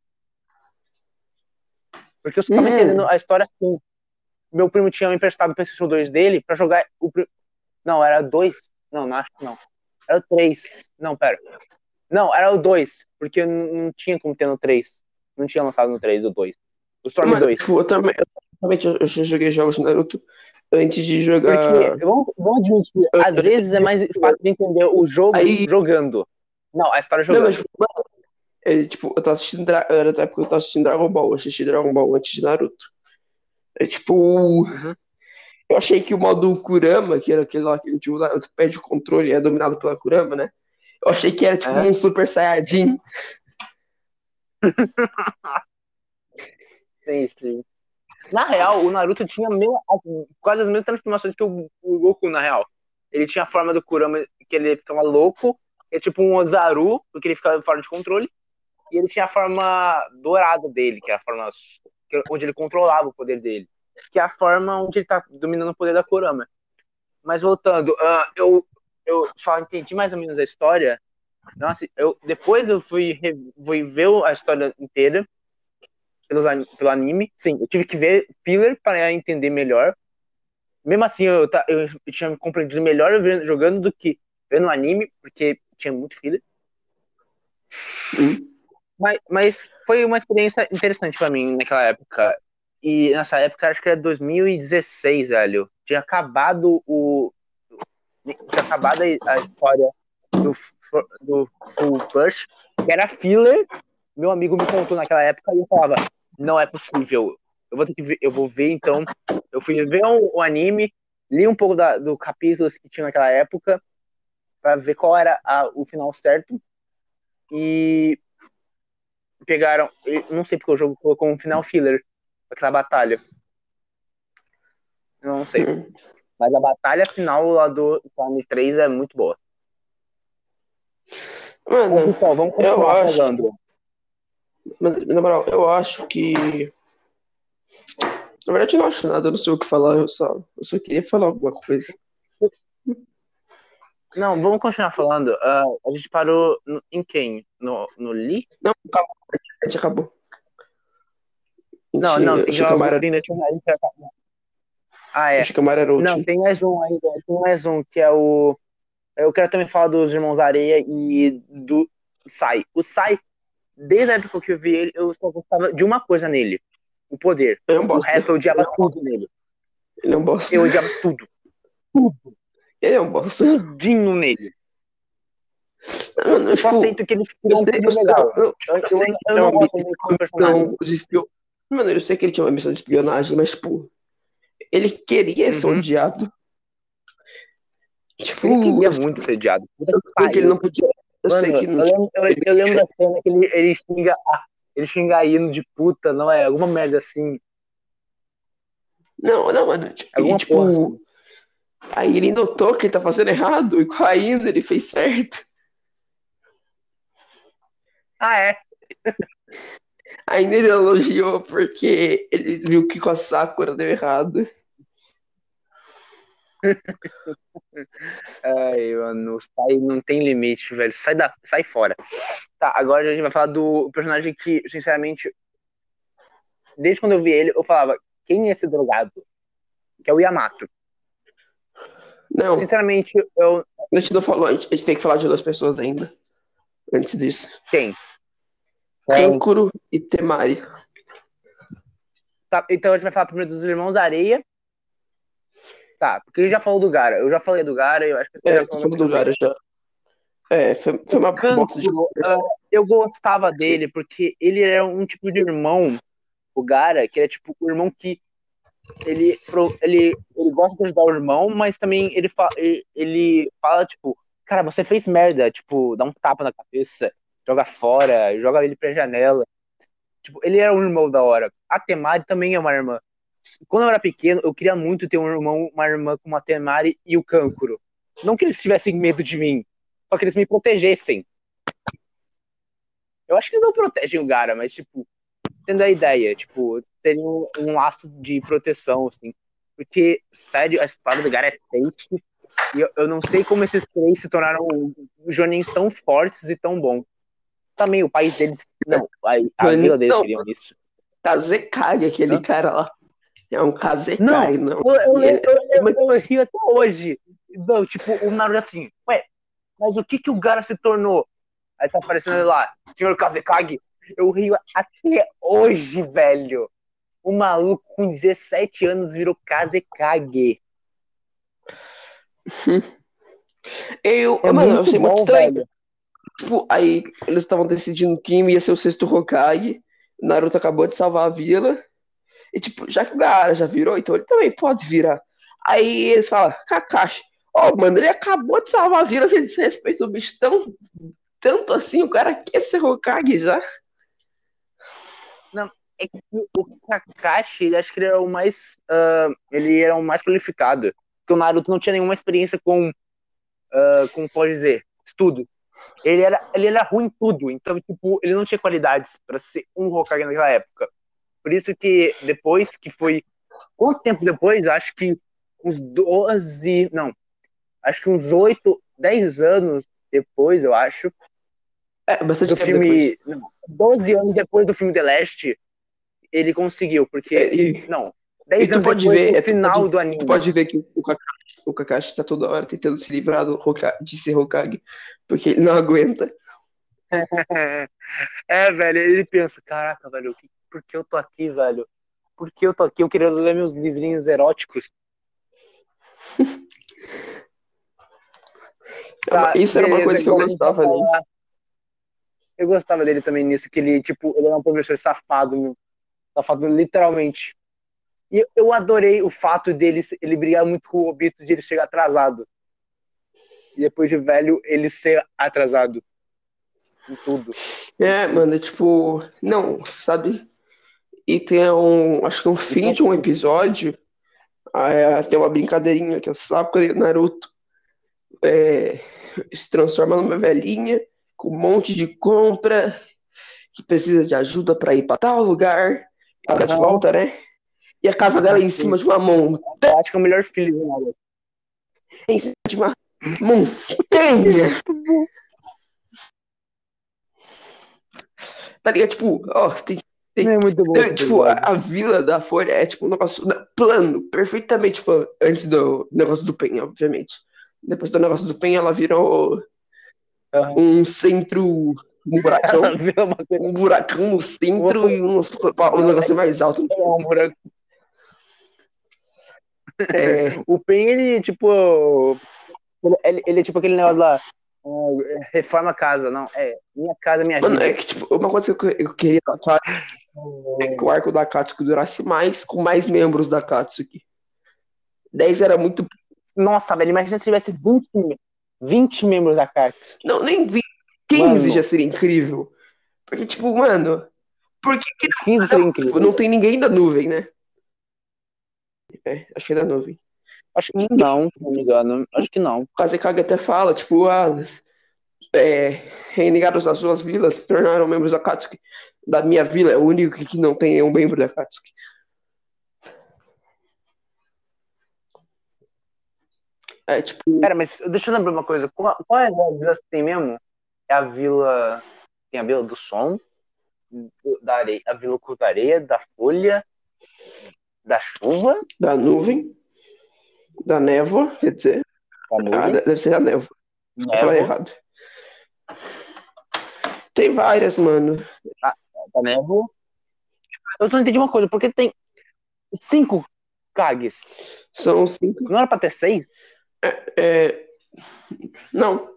Porque eu só tava entendendo Hum. a história assim. Meu primo tinha me emprestado o PlayStation 2 dele pra jogar o. Não, era dois. Não, não acho que não. Era o 3. Não, pera. Não, era o 2. Porque não tinha como ter no 3. Não tinha lançado no 3 o 2. O Storm Mano, 2. tipo, eu já joguei jogos de Naruto antes de Porque, jogar. vamos admitir, às vezes é mais fácil de entender o jogo Aí. jogando. Não, a história Não, mas, jogando. tipo, tipo, eu tava assistindo. Era da época que eu tava assistindo Dragon Ball. Eu assisti Dragon Ball antes de Naruto. É tipo. Uhum. Eu achei que o modo Kurama, que era aquele lá que tipo, perde o controle e é dominado pela Kurama, né? Eu achei que era tipo Uhum. um Super Saiyajin. Sim, sim. Na real, o Naruto tinha quase as mesmas transformações que o Goku, na real. Ele tinha a forma do Kurama, que ele ficava louco, é tipo um Ozaru, porque ele ficava fora de controle, e ele tinha a forma dourada dele, que é a forma onde ele controlava o poder dele, que é a forma onde ele tá dominando o poder da Kurama. Mas voltando, eu só entendi mais ou menos a história. Nossa, depois eu fui ver a história inteira pelo anime. Sim, eu tive que ver filler para entender melhor. Mesmo assim, eu tinha me compreendido melhor jogando do que vendo anime, porque tinha muito filler. Hum. Mas foi uma experiência interessante para mim naquela época. E nessa época, acho que era 2016, velho. Tinha acabado a história do Full Push, que era filler. Meu amigo me contou naquela época e eu falava, não é possível. Eu vou ter que ver, eu vou ver então. Eu fui ver o anime, li um pouco do capítulos que tinha naquela época pra ver qual era o final certo. E pegaram. Não sei porque o jogo colocou um final filler aquela batalha. Eu não sei. Mas a batalha final lá do Time 3 é muito boa. Mas, Mano, pessoal, vamos eu continuar acho. falando. Na moral, eu acho que. Na verdade, eu não acho nada, eu não sei o que falar, eu só queria falar alguma coisa. Não, vamos continuar falando. A gente parou em quem? No Lee? Não, calma, a gente acabou. Não, não, O tem que falar Shikamaru, ainda tinha mais. Ah, o é. Shikamaru era o Não, último. tem mais um ainda. Tem mais um que é o. Eu quero também falar dos Irmãos Areia e do Sai. O Sai, desde a época que eu vi ele, eu só gostava de uma coisa nele: o poder. Ele é um O bosta. resto eu odiava tudo nele. Ele é um bosta. Eu odiava tudo. Tudo. Ele é um bosta. Tudinho nele. Mano, Eu só tipo, aceito que ele eu criou um sei, filho legal. eu sei que Eu é não uma gosto dele como personagem. missão de espionagem. Mano, eu sei que ele tinha uma missão de espionagem, mas, tipo, ele queria ser Uhum. odiado. Ele Tipo, queria muito ser odiado. Puta que eu sei que ele pariu. não podia. Eu sei Mano, que não eu tinha. lembro, eu lembro da cena que ele xinga a hino de puta, não é? Alguma merda assim. Não, não, mano. E, Alguma porra tipo, assim. aí ele notou que ele tá fazendo errado, e com a Ina ele fez certo. Ah, é? Ainda ele elogiou porque ele viu que com a Sakura deu errado. Ai, mano, sai, não tem limite, velho. Sai fora. Tá, agora a gente vai falar do personagem que, sinceramente, desde quando eu vi ele, eu falava, quem é esse drogado? Que é o Yamato. Não, Sinceramente, eu. a gente não falou, a gente tem que falar de duas pessoas ainda, antes disso. Quem? Kankuro e Temari. Tá, então a gente vai falar primeiro dos Irmãos Areia. Tá, porque ele já falou do Gara. Eu já falei do Gara, eu acho que você É, já eu tô falou da falando do minha vez. Gara já. É, foi O uma bosta de Kankuro, conversa. eu gostava dele porque ele era um tipo de irmão, o Gara, que é tipo o irmão que ele gosta de ajudar o irmão, mas também ele fala, tipo, cara, você fez merda, tipo, dá um tapa na cabeça, joga fora, joga ele pra janela. Tipo, ele era um irmão da hora. A Temari também é uma irmã. Quando eu era pequeno, eu queria muito ter um irmão, uma irmã como a Temari e o Kankuro. Não que eles tivessem medo de mim, só que eles me protegessem. Eu acho que eles não protegem o Gara, mas, tipo, tendo a ideia, tipo, terem um laço de proteção, assim. Porque, sério, a história do Gara é triste. E eu não sei como esses três se tornaram jonins tão fortes e tão bons. Também o país deles. Não, a vila deles Não, queriam isso. Kazekage, aquele Hã? cara lá. É um Não, Kazekage, não. eu rio até hoje. Não, tipo, o Naruto assim, ué, mas o que que o Gara se tornou? Aí tá aparecendo lá, Senhor Kazekage. Eu rio até hoje, velho. O maluco com 17 anos virou Kazekage. É Mano, eu muito achei muito bom, estranho. velho. Tipo, aí eles estavam decidindo quem ia ser o sexto Hokage. O Naruto acabou de salvar a vila. E, tipo, já que o Gaara já virou, então ele também pode virar. Aí eles falam, Kakashi, ó, mano, ele acabou de salvar a vila, você desrespeita o bicho tanto assim, o cara quer ser Hokage já. Não, é que o Kakashi, ele, acho que ele era o mais. Ele era o mais qualificado. Porque o Naruto não tinha nenhuma experiência como pode dizer, estudo. Ele era ruim em tudo, então, tipo, ele não tinha qualidades para ser um Hokage naquela época. Por isso que depois que foi. Quanto tempo depois? Acho que uns 12. Não, acho que uns 8, 10 anos depois, eu acho, É, bastante do tempo depois. filme. Não, 12 anos depois do filme The Last, ele conseguiu, É, porque. e, Não, e 10 tu anos pode depois ver, do tu final do pode anime. ver que o Kakashi tá toda hora tentando se livrar de ser Hokage, porque ele não aguenta. É, velho, ele pensa, caraca, velho, por que eu tô aqui, velho? porque eu tô aqui, eu queria ler meus livrinhos eróticos. Tá, Isso era uma coisa beleza, que eu agora a gente vai gostava dele. falar. Eu gostava dele também nisso, que ele, tipo, ele era um professor safado, meu. Safado literalmente. E eu adorei o fato dele, ele brigar muito com o Obito de ele chegar atrasado. E depois de velho, ele ser atrasado em tudo. Mano, tipo, não, sabe? E acho que um fim Então, de um episódio, tem uma brincadeirinha que a Sakura e o Naruto se transformam numa velhinha com um monte de compra, que precisa de ajuda pra ir pra tal lugar, ela tá de aham, volta, né? E a casa dela é em assim, cima de uma montanha, eu acho que é o melhor filho do Naruto. em cima de uma montanha, tá ligado? Tipo, ó, Não tem- é muito bom esse tipo, episódio. a vila da Folha é tipo um negócio plano, perfeitamente plano, antes do negócio do Pen, obviamente. Depois do negócio do Pen, ela virou Aham. um centro, um Ela buracão, vira uma coisa. um buracão no Uma, centro e um ela negócio mais alto no é fundo. um buraco. É, O Pen, ele, tipo. Ele é tipo aquele negócio lá. Reforma a casa, não. É, minha casa, minha mano, é vida. que tipo, uma coisa que eu queria claro é que o arco da Katsuki durasse mais com mais membros da Katsuki. 10 era muito. Nossa, velho, imagina se tivesse 20 membros da carta. Não, nem 20, 15 já Mano, seria incrível. Porque, tipo, mano, por que que 15 não, seria tipo, incrível. não tem ninguém da nuvem, né? Acho que é da nuvem. Acho que Ninguém. não, se não me engano. Acho que não. O Kazekage até fala, tipo, renegados das suas vilas se tornaram membros da Katsuki. Da minha vila, é o único que não tem um membro da Katsuki. É, tipo, Pera, mas deixa eu lembrar uma coisa. Qual é a vila que tem mesmo? É a vila. Tem a vila do som, da areia, a vila oculta da areia, da folha, da chuva, da nuvem, da névoa, quer dizer, da nuvem, deve ser da névoa. Eu falei névoa, errado. Tem várias, mano. da, da névoa. Eu só não entendi uma coisa, porque tem 5 Kages. São 5. Não era pra ter 6? É, não.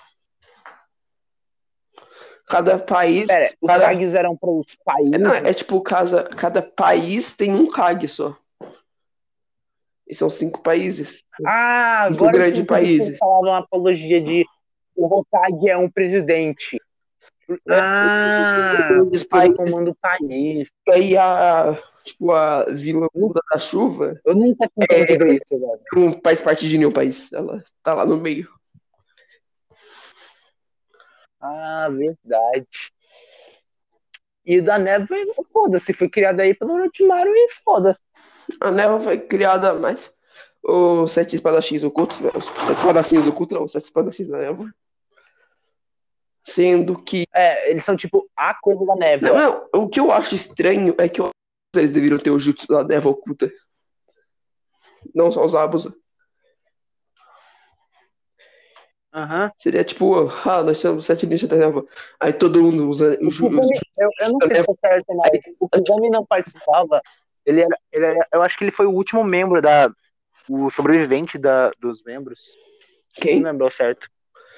Cada país. Pera, os Cada, Kages eram para os não, países. tipo, cada país tem um Kage só. E são 5 países. Ah, 5 agora eu grandes entendi porque eles países. falavam a apologia de o Hokage é um presidente. É, Ah, grandes porque ele países. comanda o país. E aí tipo, a Vila Muda da Chuva Eu nunca tinha entendido isso, velho. não faz parte de nenhum país. Ela tá lá no meio. Ah, verdade. E o da Neve, foda-se, foi criado aí pelo Orochimaru e foda-se. A Neva foi criada mais. Os sete espadachins ocultos, né? Os sete espadachins ocultos, não, os sete espadachins da Neva. Sendo que. É, eles são tipo a coisa da Neve. Não, o que eu acho estranho é que eles deveriam ter o jutsu da Neva oculta. Não só os Abusa. Aham. Seria tipo, nós somos sete ninjas da Neva. Aí todo mundo usa O o Kizami, jutsu eu não da sei se Neva. é certo, mas o Kizami não participava. Eu acho que ele foi o último membro o sobrevivente dos membros. Não Quem? lembro ao certo.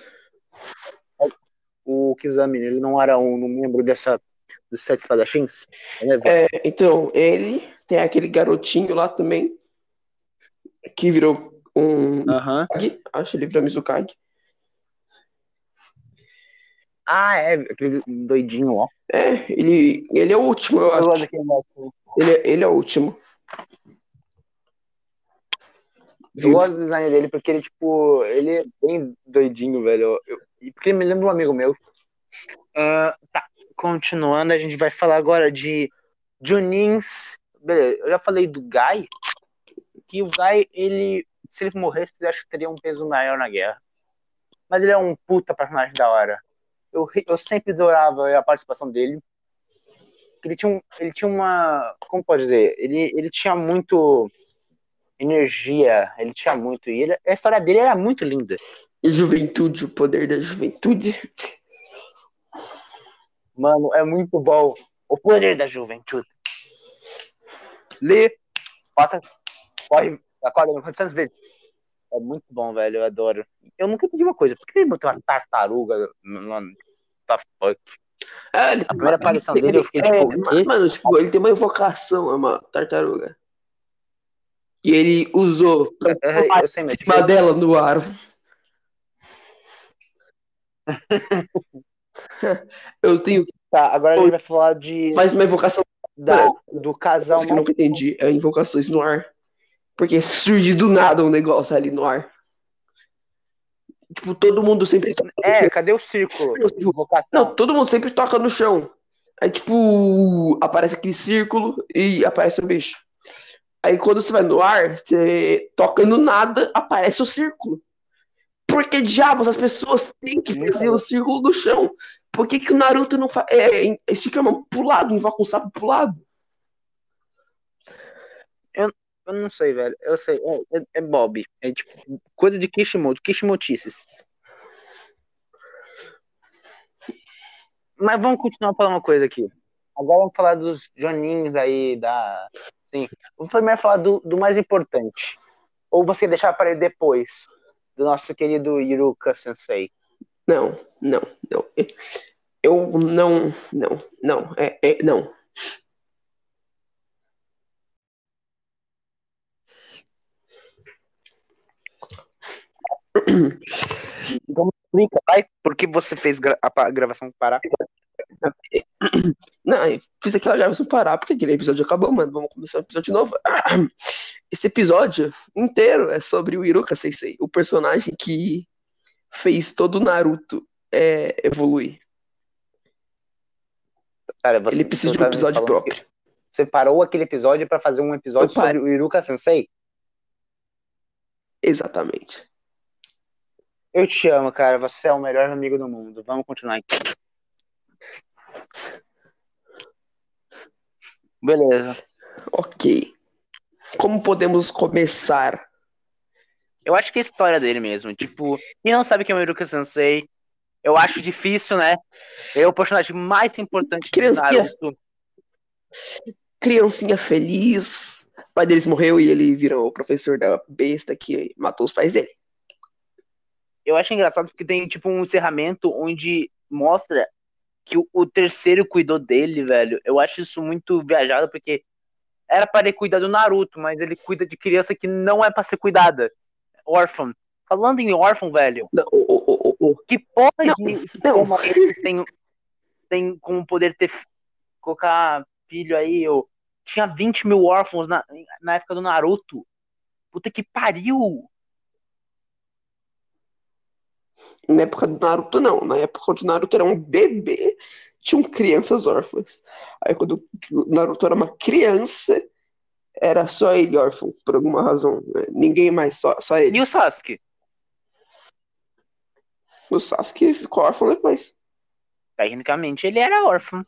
O Kizami, ele não era um membro dos Sete Espadachins? Então, ele tem aquele garotinho lá também, que virou um Aham. Kage, acho que ele virou Mizukage. Ah, é, aquele doidinho, ó. Ele é o último, eu Eu acho. gosto daquele moço. Ele é o último. Eu Vivo. gosto do design dele porque ele, tipo, ele é bem doidinho, velho. E porque ele me lembra um amigo meu. Tá, continuando, a gente vai falar agora de Junins. Beleza, eu já falei do Guy, que o Guy, ele, se ele morresse, eu acho que teria um peso maior na guerra. Mas ele é um puta personagem da hora. Eu sempre adorava a participação dele. Ele tinha uma. Como pode dizer? Ele tinha muito energia, ele tinha muito. A história dele era muito linda. Juventude, o poder da juventude. Mano, é muito bom. O poder da juventude. lê, passa, corre, acorda 400 vezes. É muito bom, velho, eu adoro. Eu nunca entendi uma coisa, por que ele botou uma tartaruga no the fuck? Ele A primeira aparição dele eu fiquei tipo, o quê? mano, tipo, ele tem uma invocação, é uma tartaruga. E ele usou pra pular Eu sei, em mas cima dela no ar. Eu tenho tá, agora a gente vai falar de mais uma invocação. do casal Isso que eu nunca entendi é invocações no ar. Porque surge do nada um negócio ali no ar. Tipo, todo mundo sempre toca no chão. cadê o círculo? Não, Invocação. todo mundo sempre toca no chão. Aí, tipo, aparece aquele círculo e aparece o bicho. Aí, quando você vai no ar, você toca no nada, aparece o círculo. Por que diabos as pessoas têm que fazer o círculo do chão? Por que, que o Naruto não faz. Estica a mão pro lado, invoca um sapo pro lado? Eu não sei, velho. Eu sei. É Bob. É tipo coisa de Kishimoto, Kishimotices. Mas vamos continuar falando uma coisa aqui. Agora vamos falar dos Joninhos aí, Sim. Vamos primeiro falar do mais importante. Ou você deixar para ele depois. Do nosso querido Iruka Sensei. Não, não, não. Eu não, não, não, não. Então explica, vai. Por que você fez a gravação parar? Não, eu fiz aquela gravação parar porque aquele episódio acabou, mano. Vamos começar um episódio novo. Esse episódio inteiro é sobre o Iruka Sensei, o personagem que fez todo o Naruto evoluir. Cara, Ele precisa de um episódio próprio. Você parou aquele episódio para fazer um episódio sobre o Iruka Sensei? Exatamente. Eu te amo, cara. Você é o melhor amigo do mundo. Vamos continuar aqui. Beleza. Ok. Como podemos começar? Eu acho que é a história dele mesmo. Tipo, quem não sabe quem é o Iruka Sensei, eu acho difícil, né? Ele é o personagem mais importante do Naruto. Criancinha feliz. O pai deles morreu e ele virou o professor da besta que matou os pais dele. Eu acho engraçado porque tem, tipo, um encerramento onde mostra que o terceiro cuidou dele, velho. Eu acho isso muito viajado, porque era para ele cuidar do Naruto, mas ele cuida de criança que não é para ser cuidada. Órfão. Falando em órfão, velho. Não, que porra de sistema esse tem como poder colocar filho aí? Tinha 20 mil órfãos na época do Naruto. Puta que pariu! Na época do Naruto, não. Na época do Naruto era um bebê, tinham crianças órfãs. Aí quando o Naruto era uma criança, era só ele órfão, por alguma razão. Ninguém mais, só ele. E o Sasuke? O Sasuke ficou órfão depois. Tecnicamente ele era órfão.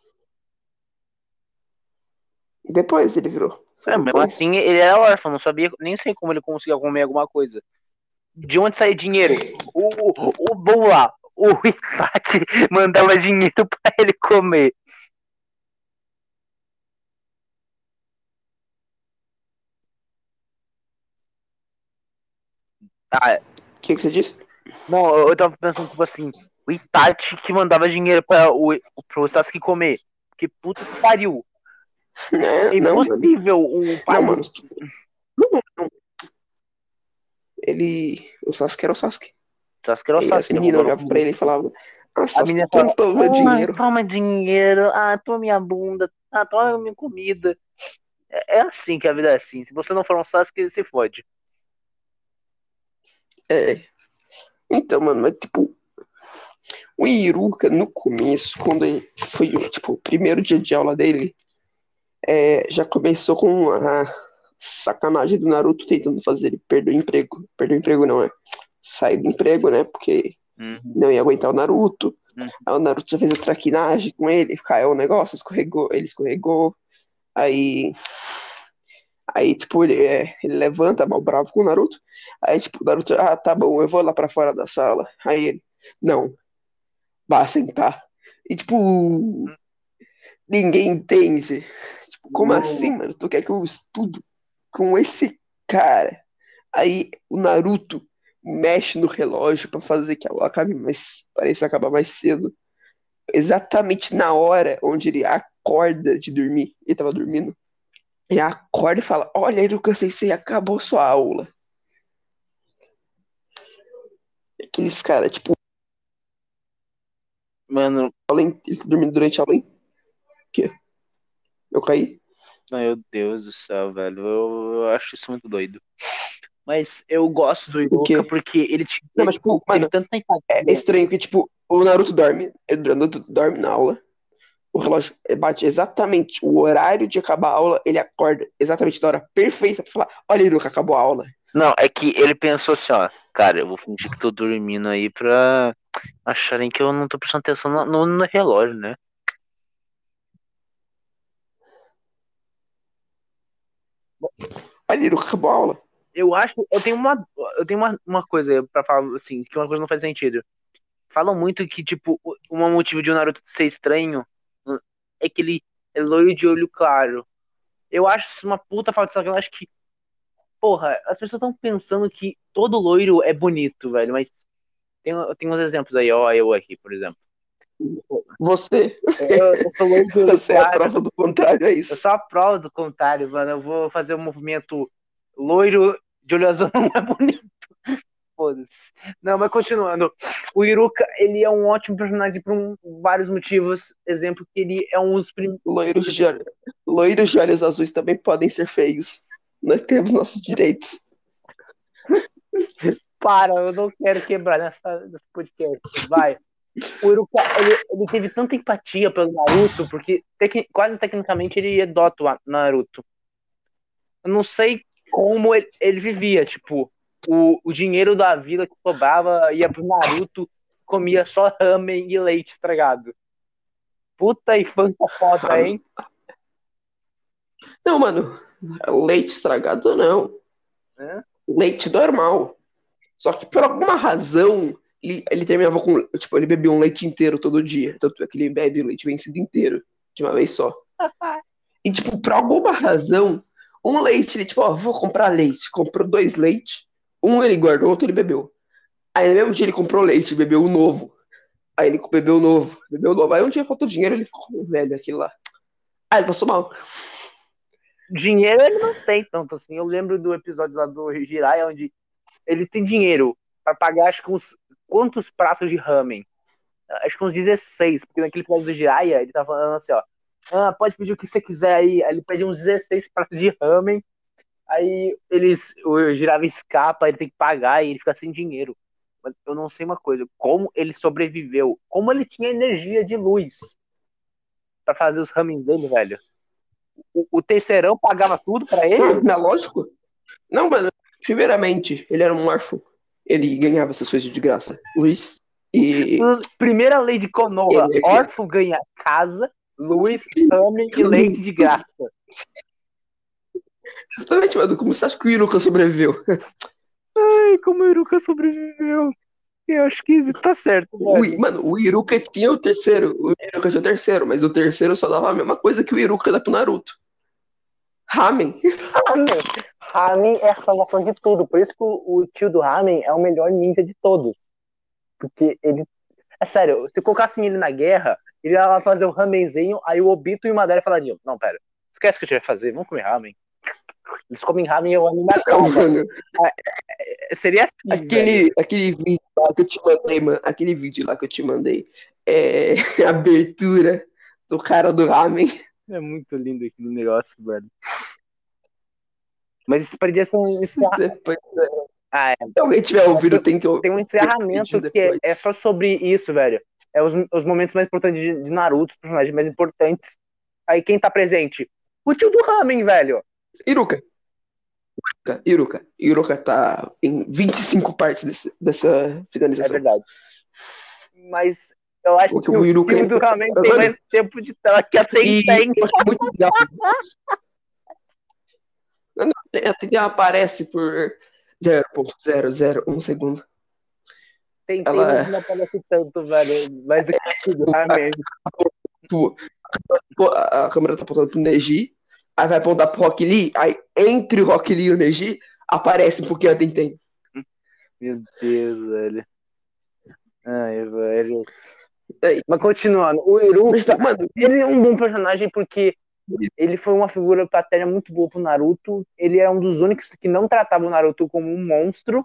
Depois ele virou. Mesmo assim, ele era órfão, não sabia, nem sei como ele conseguia comer alguma coisa. De onde saía dinheiro? Vamos lá, o Itachi mandava dinheiro pra ele comer. O que você disse? Não, eu tava pensando, tipo assim, o Itachi que mandava dinheiro pro Sasuke comer. Que puta que pariu. É impossível um pai. Não, mano. Não. O Sasuke era o Sasuke. Sasuke era o Sasuke. As meninas olhavam pra ele e falavam: a menina falava, toma dinheiro. Toma dinheiro. Toma minha bunda. Toma minha comida. É assim que a vida é assim. Se você não for um Sasuke, você se fode. Então, mano, mas tipo, o Iruka, no começo, quando ele foi, tipo, o primeiro dia de aula dele, já começou com a sacanagem do Naruto tentando fazer ele perder o emprego. Perder o emprego não, sair do emprego, né? Porque não ia aguentar o Naruto. Aí o Naruto já fez a traquinagem com ele, caiu o negócio, ele escorregou. Aí, tipo, ele levanta, mal bravo com o Naruto. Aí, tipo, o Naruto, tá bom, eu vou lá pra fora da sala. Aí ele, não, vá sentar. E, tipo, ninguém entende. Tipo, como assim, mano? Tu quer que eu estudo com esse cara? Aí o Naruto mexe no relógio pra fazer que a aula acabe mais. Parece acabar mais cedo. Exatamente na hora onde ele acorda de dormir. Ele tava dormindo. Ele acorda e fala: Olha, Iruka Sensei, acabou sua aula. Aqueles caras, tipo, Mano, ele tá dormindo durante a aula, hein? O quê? Eu caí? meu Deus do céu, velho. Eu acho isso muito doido. Mas eu gosto do O Iruka quê? porque Não, mas, tipo, teve mano, tanta é empatia. estranho que, tipo, o Naruto dorme. O Naruto dorme na aula. O relógio bate exatamente o horário de acabar a aula. Ele acorda exatamente na hora perfeita pra falar: Olha, Iruka, acabou a aula. Não, é que ele pensou assim, ó, cara, eu vou fingir que tô dormindo aí pra acharem que eu não tô prestando atenção no relógio, né? Olha, Iruka, acabou a aula. Eu acho, eu tenho uma coisa pra falar, assim, que uma coisa não faz sentido. Falam muito que, tipo, o motivo de o Naruto ser estranho é que ele é loiro de olho claro. Eu acho isso uma puta falta de sacanagem. Eu acho que, porra, as pessoas estão pensando que todo loiro é bonito, velho, mas tem uns exemplos aí, ó, eu aqui, por exemplo. Você, Eu sou loiro de olho você é a claro. prova do contrário, é Eu isso. sou a prova do contrário, mano. Eu vou fazer um movimento loiro de olho azul não é bonito. Foda-se. Não, mas continuando. O Iruka, ele é um ótimo personagem por vários motivos. Exemplo que ele é um dos primeiros. Loiros de, loiros de olhos azuis também podem ser feios. Nós temos nossos direitos. Para, eu não quero quebrar nesse podcast. Vai. O Iruka, ele teve tanta empatia pelo Naruto, porque quase tecnicamente ele adota o Naruto. Eu não sei como ele vivia, tipo, o dinheiro da vila que sobrava ia pro Naruto, comia só ramen e leite estragado. Puta infância foda, Ah, hein? não, mano. Leite estragado não. Hã? Leite normal. Só que por alguma razão, ele terminava com. Tipo, ele bebia um leite inteiro todo dia. Tanto é que ele bebe o leite vencido inteiro, de uma vez só. E, tipo, por alguma razão, um leite, ele, tipo, ó, vou comprar leite. Comprou dois leites. Um ele guardou, outro ele bebeu. Aí no mesmo dia ele comprou leite, bebeu o novo. Aí ele bebeu o novo, bebeu o novo. Aí um dia faltou dinheiro, ele ficou velho aquilo lá. Aí ele passou mal. Dinheiro ele não tem tanto assim. Eu lembro do episódio lá do Jiraiya, onde ele tem dinheiro pra pagar, acho que uns. Quantos pratos de ramen? Acho que uns 16, porque naquele episódio do Jiraiya, ele tava falando assim, ó. Ah, pode pedir o que você quiser aí. Aí ele pede uns 16 pratos de ramen. Aí o Jiraiya escapa, ele tem que pagar e ele fica sem dinheiro. Mas eu não sei uma coisa, como ele sobreviveu, como ele tinha energia de luz pra fazer os ramen dele, velho. O terceirão pagava tudo pra ele? Não é lógico? Não, mano. Primeiramente, ele era um órfão. Ele ganhava essas coisas de graça. Luz e Primeira lei de Konoha, energia. órfão ganha casa, luz, ramen e leite de graça. Exatamente, mano. Como você acha que o Iruka sobreviveu? Ai, como o Iruka sobreviveu. Eu acho que tá certo, velho. Mano, o Iruka tinha o terceiro. O Iruka tinha o terceiro, mas o terceiro só dava a mesma coisa que o Iruka dá pro Naruto. Ramen. Ramen. Ramen é a salvação de tudo. Por isso que o tio do Ramen é o melhor ninja de todos. Porque ele. É sério, se colocassem ele na guerra, ele ia lá fazer o ramenzinho, aí o Obito e o Madara falariam: Não, pera, esquece o que a gente vai fazer, vamos comer ramen. Eles comem ramen e eu animo Não, acaba. mano. Seria assim, velho. Aquele vídeo lá que eu te mandei, mano. Aquele vídeo lá que eu te mandei. É a abertura do cara do Ramen. É muito lindo aquele negócio, velho. Mas isso poderia ser um Depois, Ah, se alguém tiver ouvido, tem que tem ouvir um esse vídeo encerramento que depois. é só sobre isso, velho. É os momentos mais importantes de Naruto, os personagens mais importantes. Aí quem tá presente? O tio do Ramen, velho. Iruka. Iruka tá em 25 partes dessa É finalização. verdade. Mas eu acho Porque que o o Iruka tio é do Ramen tem mano, mais tempo de tela que a e Tenten. eu acho muito legal. A trilha aparece por 0,001 segundo. Tenten Ela não aparece tanto, velho. Mais do que o tio do Ramen. a câmera tá apontando pro Neji, Aí vai apontar pro Rock Lee, aí entre o Rock Lee e o Neji, aparece um pouquinho a Tenten. Meu Deus, velho. Ai, velho. Aí, Mas continuando, o mas, Iruka, mano, ele é um bom personagem porque ele foi uma figura paterna muito boa pro Naruto. Ele é um dos únicos que não tratava o Naruto como um monstro.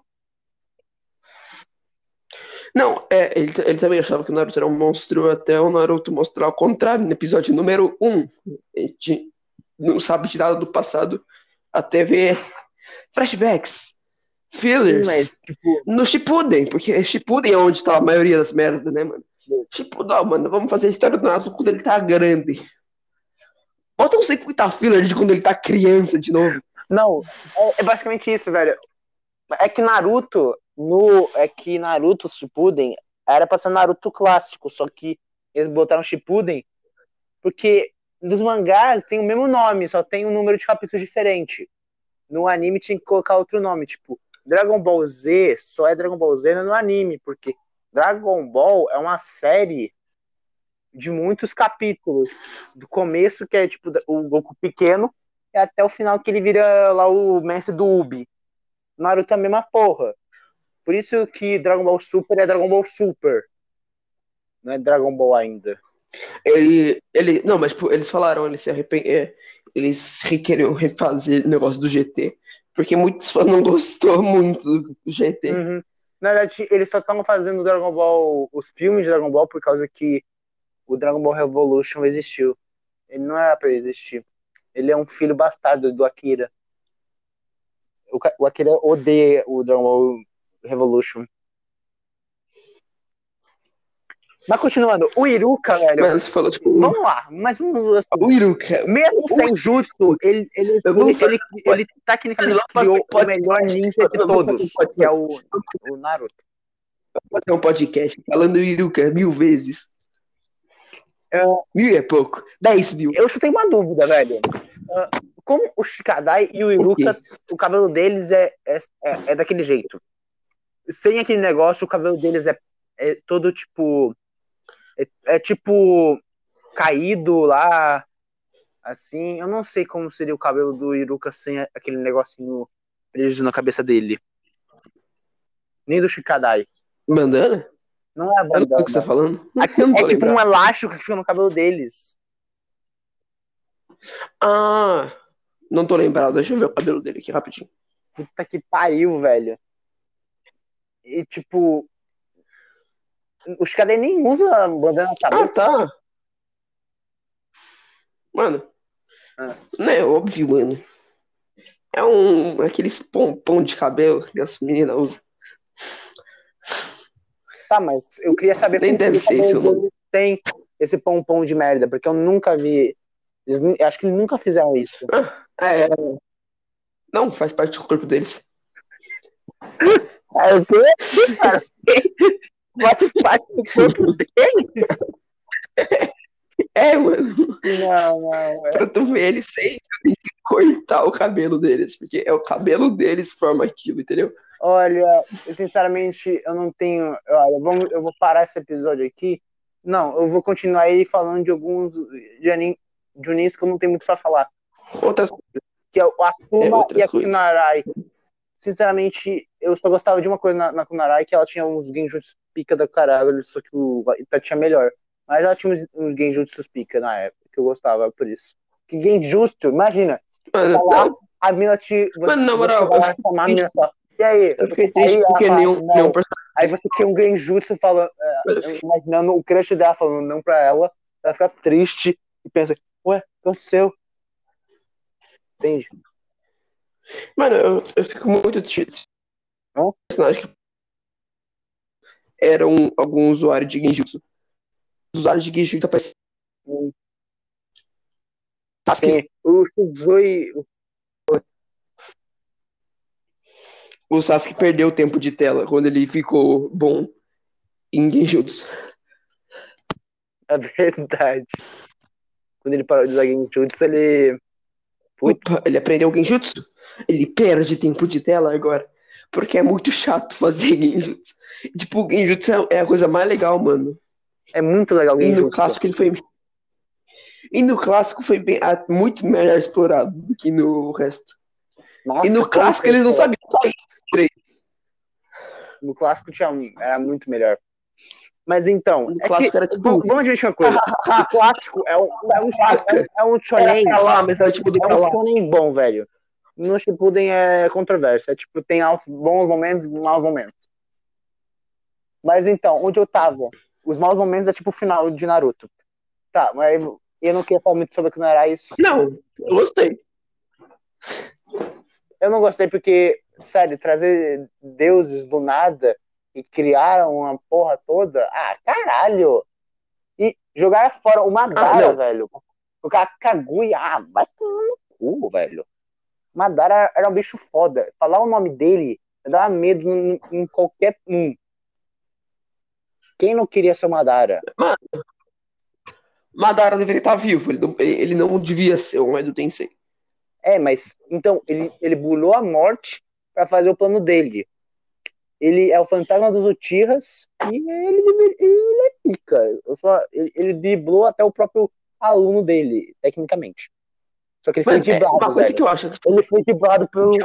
não, ele também achava que o Naruto era um monstro até o Naruto mostrar o contrário no episódio número 1. A gente não sabe de nada do passado até ver flashbacks, Mas, fillers, tipo, no Shippuden, porque Shippuden é onde tá a maioria das merdas, né, mano? Shippuden, ó, mano, vamos fazer a história do Naruto quando ele tá grande. Bota um 50 filler de quando ele tá criança de novo. não, é basicamente isso, velho. É que Naruto Shippuden era pra ser Naruto clássico, só que eles botaram Shippuden porque nos mangás tem o mesmo nome, só tem um número de capítulos diferente. No anime tinha que colocar outro nome, tipo, Dragon Ball Z só é Dragon Ball Z no anime, porque Dragon Ball é uma série de muitos capítulos, do começo, que é tipo o Goku pequeno, e até o final que ele vira lá o mestre do Ubi. Naruto é a mesma porra. Por isso que Dragon Ball Super é Dragon Ball Super, não é Dragon Ball ainda. Não, mas tipo, eles falaram, eles queriam refazer o negócio do GT, porque muitos fãs não gostou muito do GT. Uhum. Na verdade, eles só estão fazendo Dragon Ball, os filmes de Dragon Ball, por causa que o Dragon Ball Revolution existiu. Ele não era pra existir. Ele é um filho bastardo do Akira. O Akira odeia o Dragon Ball Revolution. Mas continuando, o Iruka, velho. Mas você falou, tipo, Vamos lá, mas vamos assim. o Iruka. Mesmo sem jutsu, ele tecnicamente criou o melhor ninja de todos, que é o Naruto. Vou fazer um podcast falando do Iruka 1000 vezes. É, 1000 é pouco. 10 mil. eu só tenho uma dúvida, velho. Como o Shikadai e o Iruka, o cabelo deles é daquele jeito. Sem aquele negócio, o cabelo deles é todo tipo. É tipo caído lá, assim. Eu não sei como seria o cabelo do Iruka sem aquele negocinho preso na cabeça dele. Nem do Shikadai. Bandana? Não é a Eu não sei o que você bandana. tá falando. Aqui, Eu não é tô tipo um lembrado. elástico que fica no cabelo deles. Ah, não tô lembrado. Deixa eu ver o cabelo dele aqui rapidinho. Puta que pariu, velho. E tipo, o Shikadai nem usa bandana na Ah, cabeça. tá. Mano, Ah, não é óbvio, mano. É aqueles pompom de cabelo que as meninas usam. tá, mas eu queria saber Nem por que deve o ser esse o cabelo nome. deles tem esse pompom de merda, porque eu nunca vi. Acho que eles nunca fizeram isso. É, não, faz parte do corpo deles. É o quê? Cara, faz parte do corpo deles? É, mano. Não, não. Pra tu ver eles sem cortar o cabelo deles, porque é o cabelo deles que forma aquilo, entendeu? Olha, sinceramente, eu não tenho. Olha, eu vou parar esse episódio aqui. Não, eu vou continuar aí falando de alguns de animes que eu não tenho muito pra falar. Outras, Que é o Asuma e outras a coisas. Kunarai. Sinceramente, eu só gostava de uma coisa na Kunarai, que ela tinha uns genjutsu pica da caralho, só que o Itachi tinha melhor. Mas ela tinha uns genjutsu pica na época, que eu gostava, por isso. Que genjutsu, imagina, você tá Mano, lá, não, a mina mano, na você moral, vai lá chamar a mina só. E aí? eu fiquei triste Aí ela porque fala, nenhum não. personagem. Aí você cria um genjutsu falando, Mano, eu fiquei- imaginando o crush dela falando não pra ela fica triste e pensa, ué, o que aconteceu? Entende? Mano, eu fico muito triste. Não? Personagem que era algum usuário de Genjutsu. Os usuários de Genjutsu aparecem. Sim, o Shuzui, O Sasuke perdeu o tempo de tela quando ele ficou bom em Genjutsu. é verdade. Quando ele parou de usar genjutsu, ele. Putz, Opa, ele aprendeu Genjutsu. Ele perde tempo de tela agora. Porque é muito chato fazer Genjutsu. Tipo, o Genjutsu é a coisa mais legal, mano. é muito legal o No genjutsu. clássico ele foi. E no clássico foi muito melhor explorado do que no resto. Nossa, E no clássico eles não sabiam sair direito. No clássico era muito melhor. Mas então, No clássico era tipo. Vamos admitir uma coisa. O clássico é um shonen. Era pra lá, mas era tipo do É pra um lá. shonen bom, velho. No Shippuden é controverso. É tipo, tem bons momentos e maus momentos. Mas então, onde eu tava? Os maus momentos é tipo o final de Naruto. Tá, mas eu não queria falar muito sobre o isso. Não, eu gostei. Eu não gostei porque, sério, trazer deuses do nada e criaram uma porra toda. Ah, caralho! E jogar fora o Madara, velho. O Kaguya, vai tomar no cu, velho. Madara era um bicho foda. Falar o nome dele dava medo em qualquer um. Quem não queria ser o Madara? Mano, Madara deveria estar vivo. Ele não devia ser um Edo Tensei. Mas então ele burlou a morte pra fazer o plano dele. Ele é o fantasma dos Uchihas e ele é pica. Ele driblou até o próprio aluno dele, tecnicamente. Só que ele foi driblado. Uma coisa que eu acho que ele foi driblado pelo.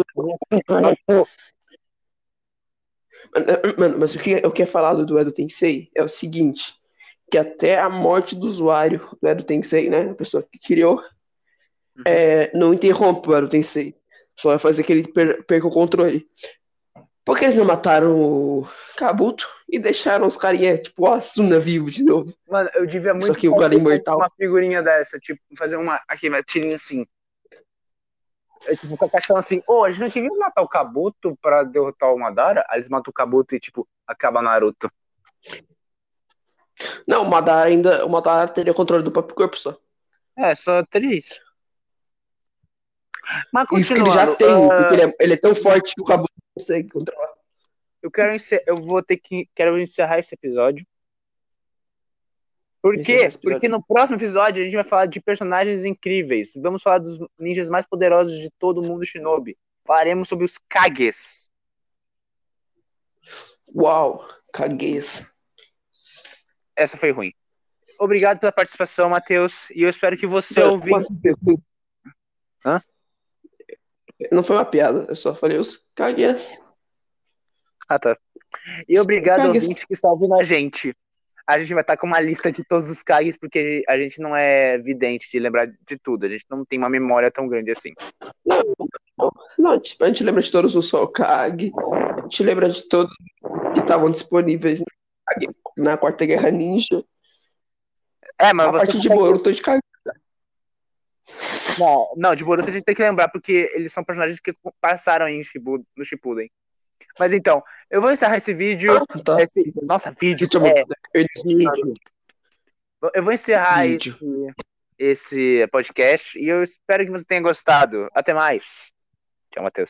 Mano, mas o que é falado do Edo Tensei é o seguinte: que até a morte do usuário do Edo Tensei, né? A pessoa que criou, não interrompe o Edo Tensei. Só vai fazer que ele perca o controle. Por que eles não mataram o Kabuto e deixaram os carinha, tipo, o Asuna vivo de novo? Mano, eu devia muito Só que o cara é imortal. uma figurinha dessa, tipo, fazer uma tirinha assim. Tipo, com a questão assim, a gente não devia matar o Kabuto pra derrotar o Madara? Aí eles matam o Kabuto e, tipo, acaba Naruto. Não, o Madara teria controle do próprio corpo só. Só teria isso. Mas isso que ele já tem, porque ele é tão forte que o Kabuto não consegue controlar. Quero encerrar esse episódio. Por quê? Porque no próximo episódio a gente vai falar de personagens incríveis. Vamos falar dos ninjas mais poderosos de todo o mundo Shinobi. Falaremos sobre os Kages. Uau, Kages. Essa foi ruim. Obrigado pela participação, Matheus. E eu espero que você ouvisse. Hã? Não foi uma piada, eu só falei os Kages. Ah, tá. E obrigado ao ouvinte que está ouvindo a gente. A gente vai estar com uma lista de todos os Kages, porque a gente não é vidente de lembrar de tudo. A gente não tem uma memória tão grande assim. Não, tipo, a gente lembra de todos os Hokage. A gente lembra de todos que estavam disponíveis na Quarta Guerra Ninja. Mas a partir de Boruto de Kage. Não, de Boruto a gente tem que lembrar, porque eles são personagens que passaram no Shippuden. Mas então, eu vou encerrar esse vídeo. Tá. Nossa, vídeo. Eu vou encerrar esse podcast e eu espero que você tenha gostado. Até mais. Tchau, Matheus.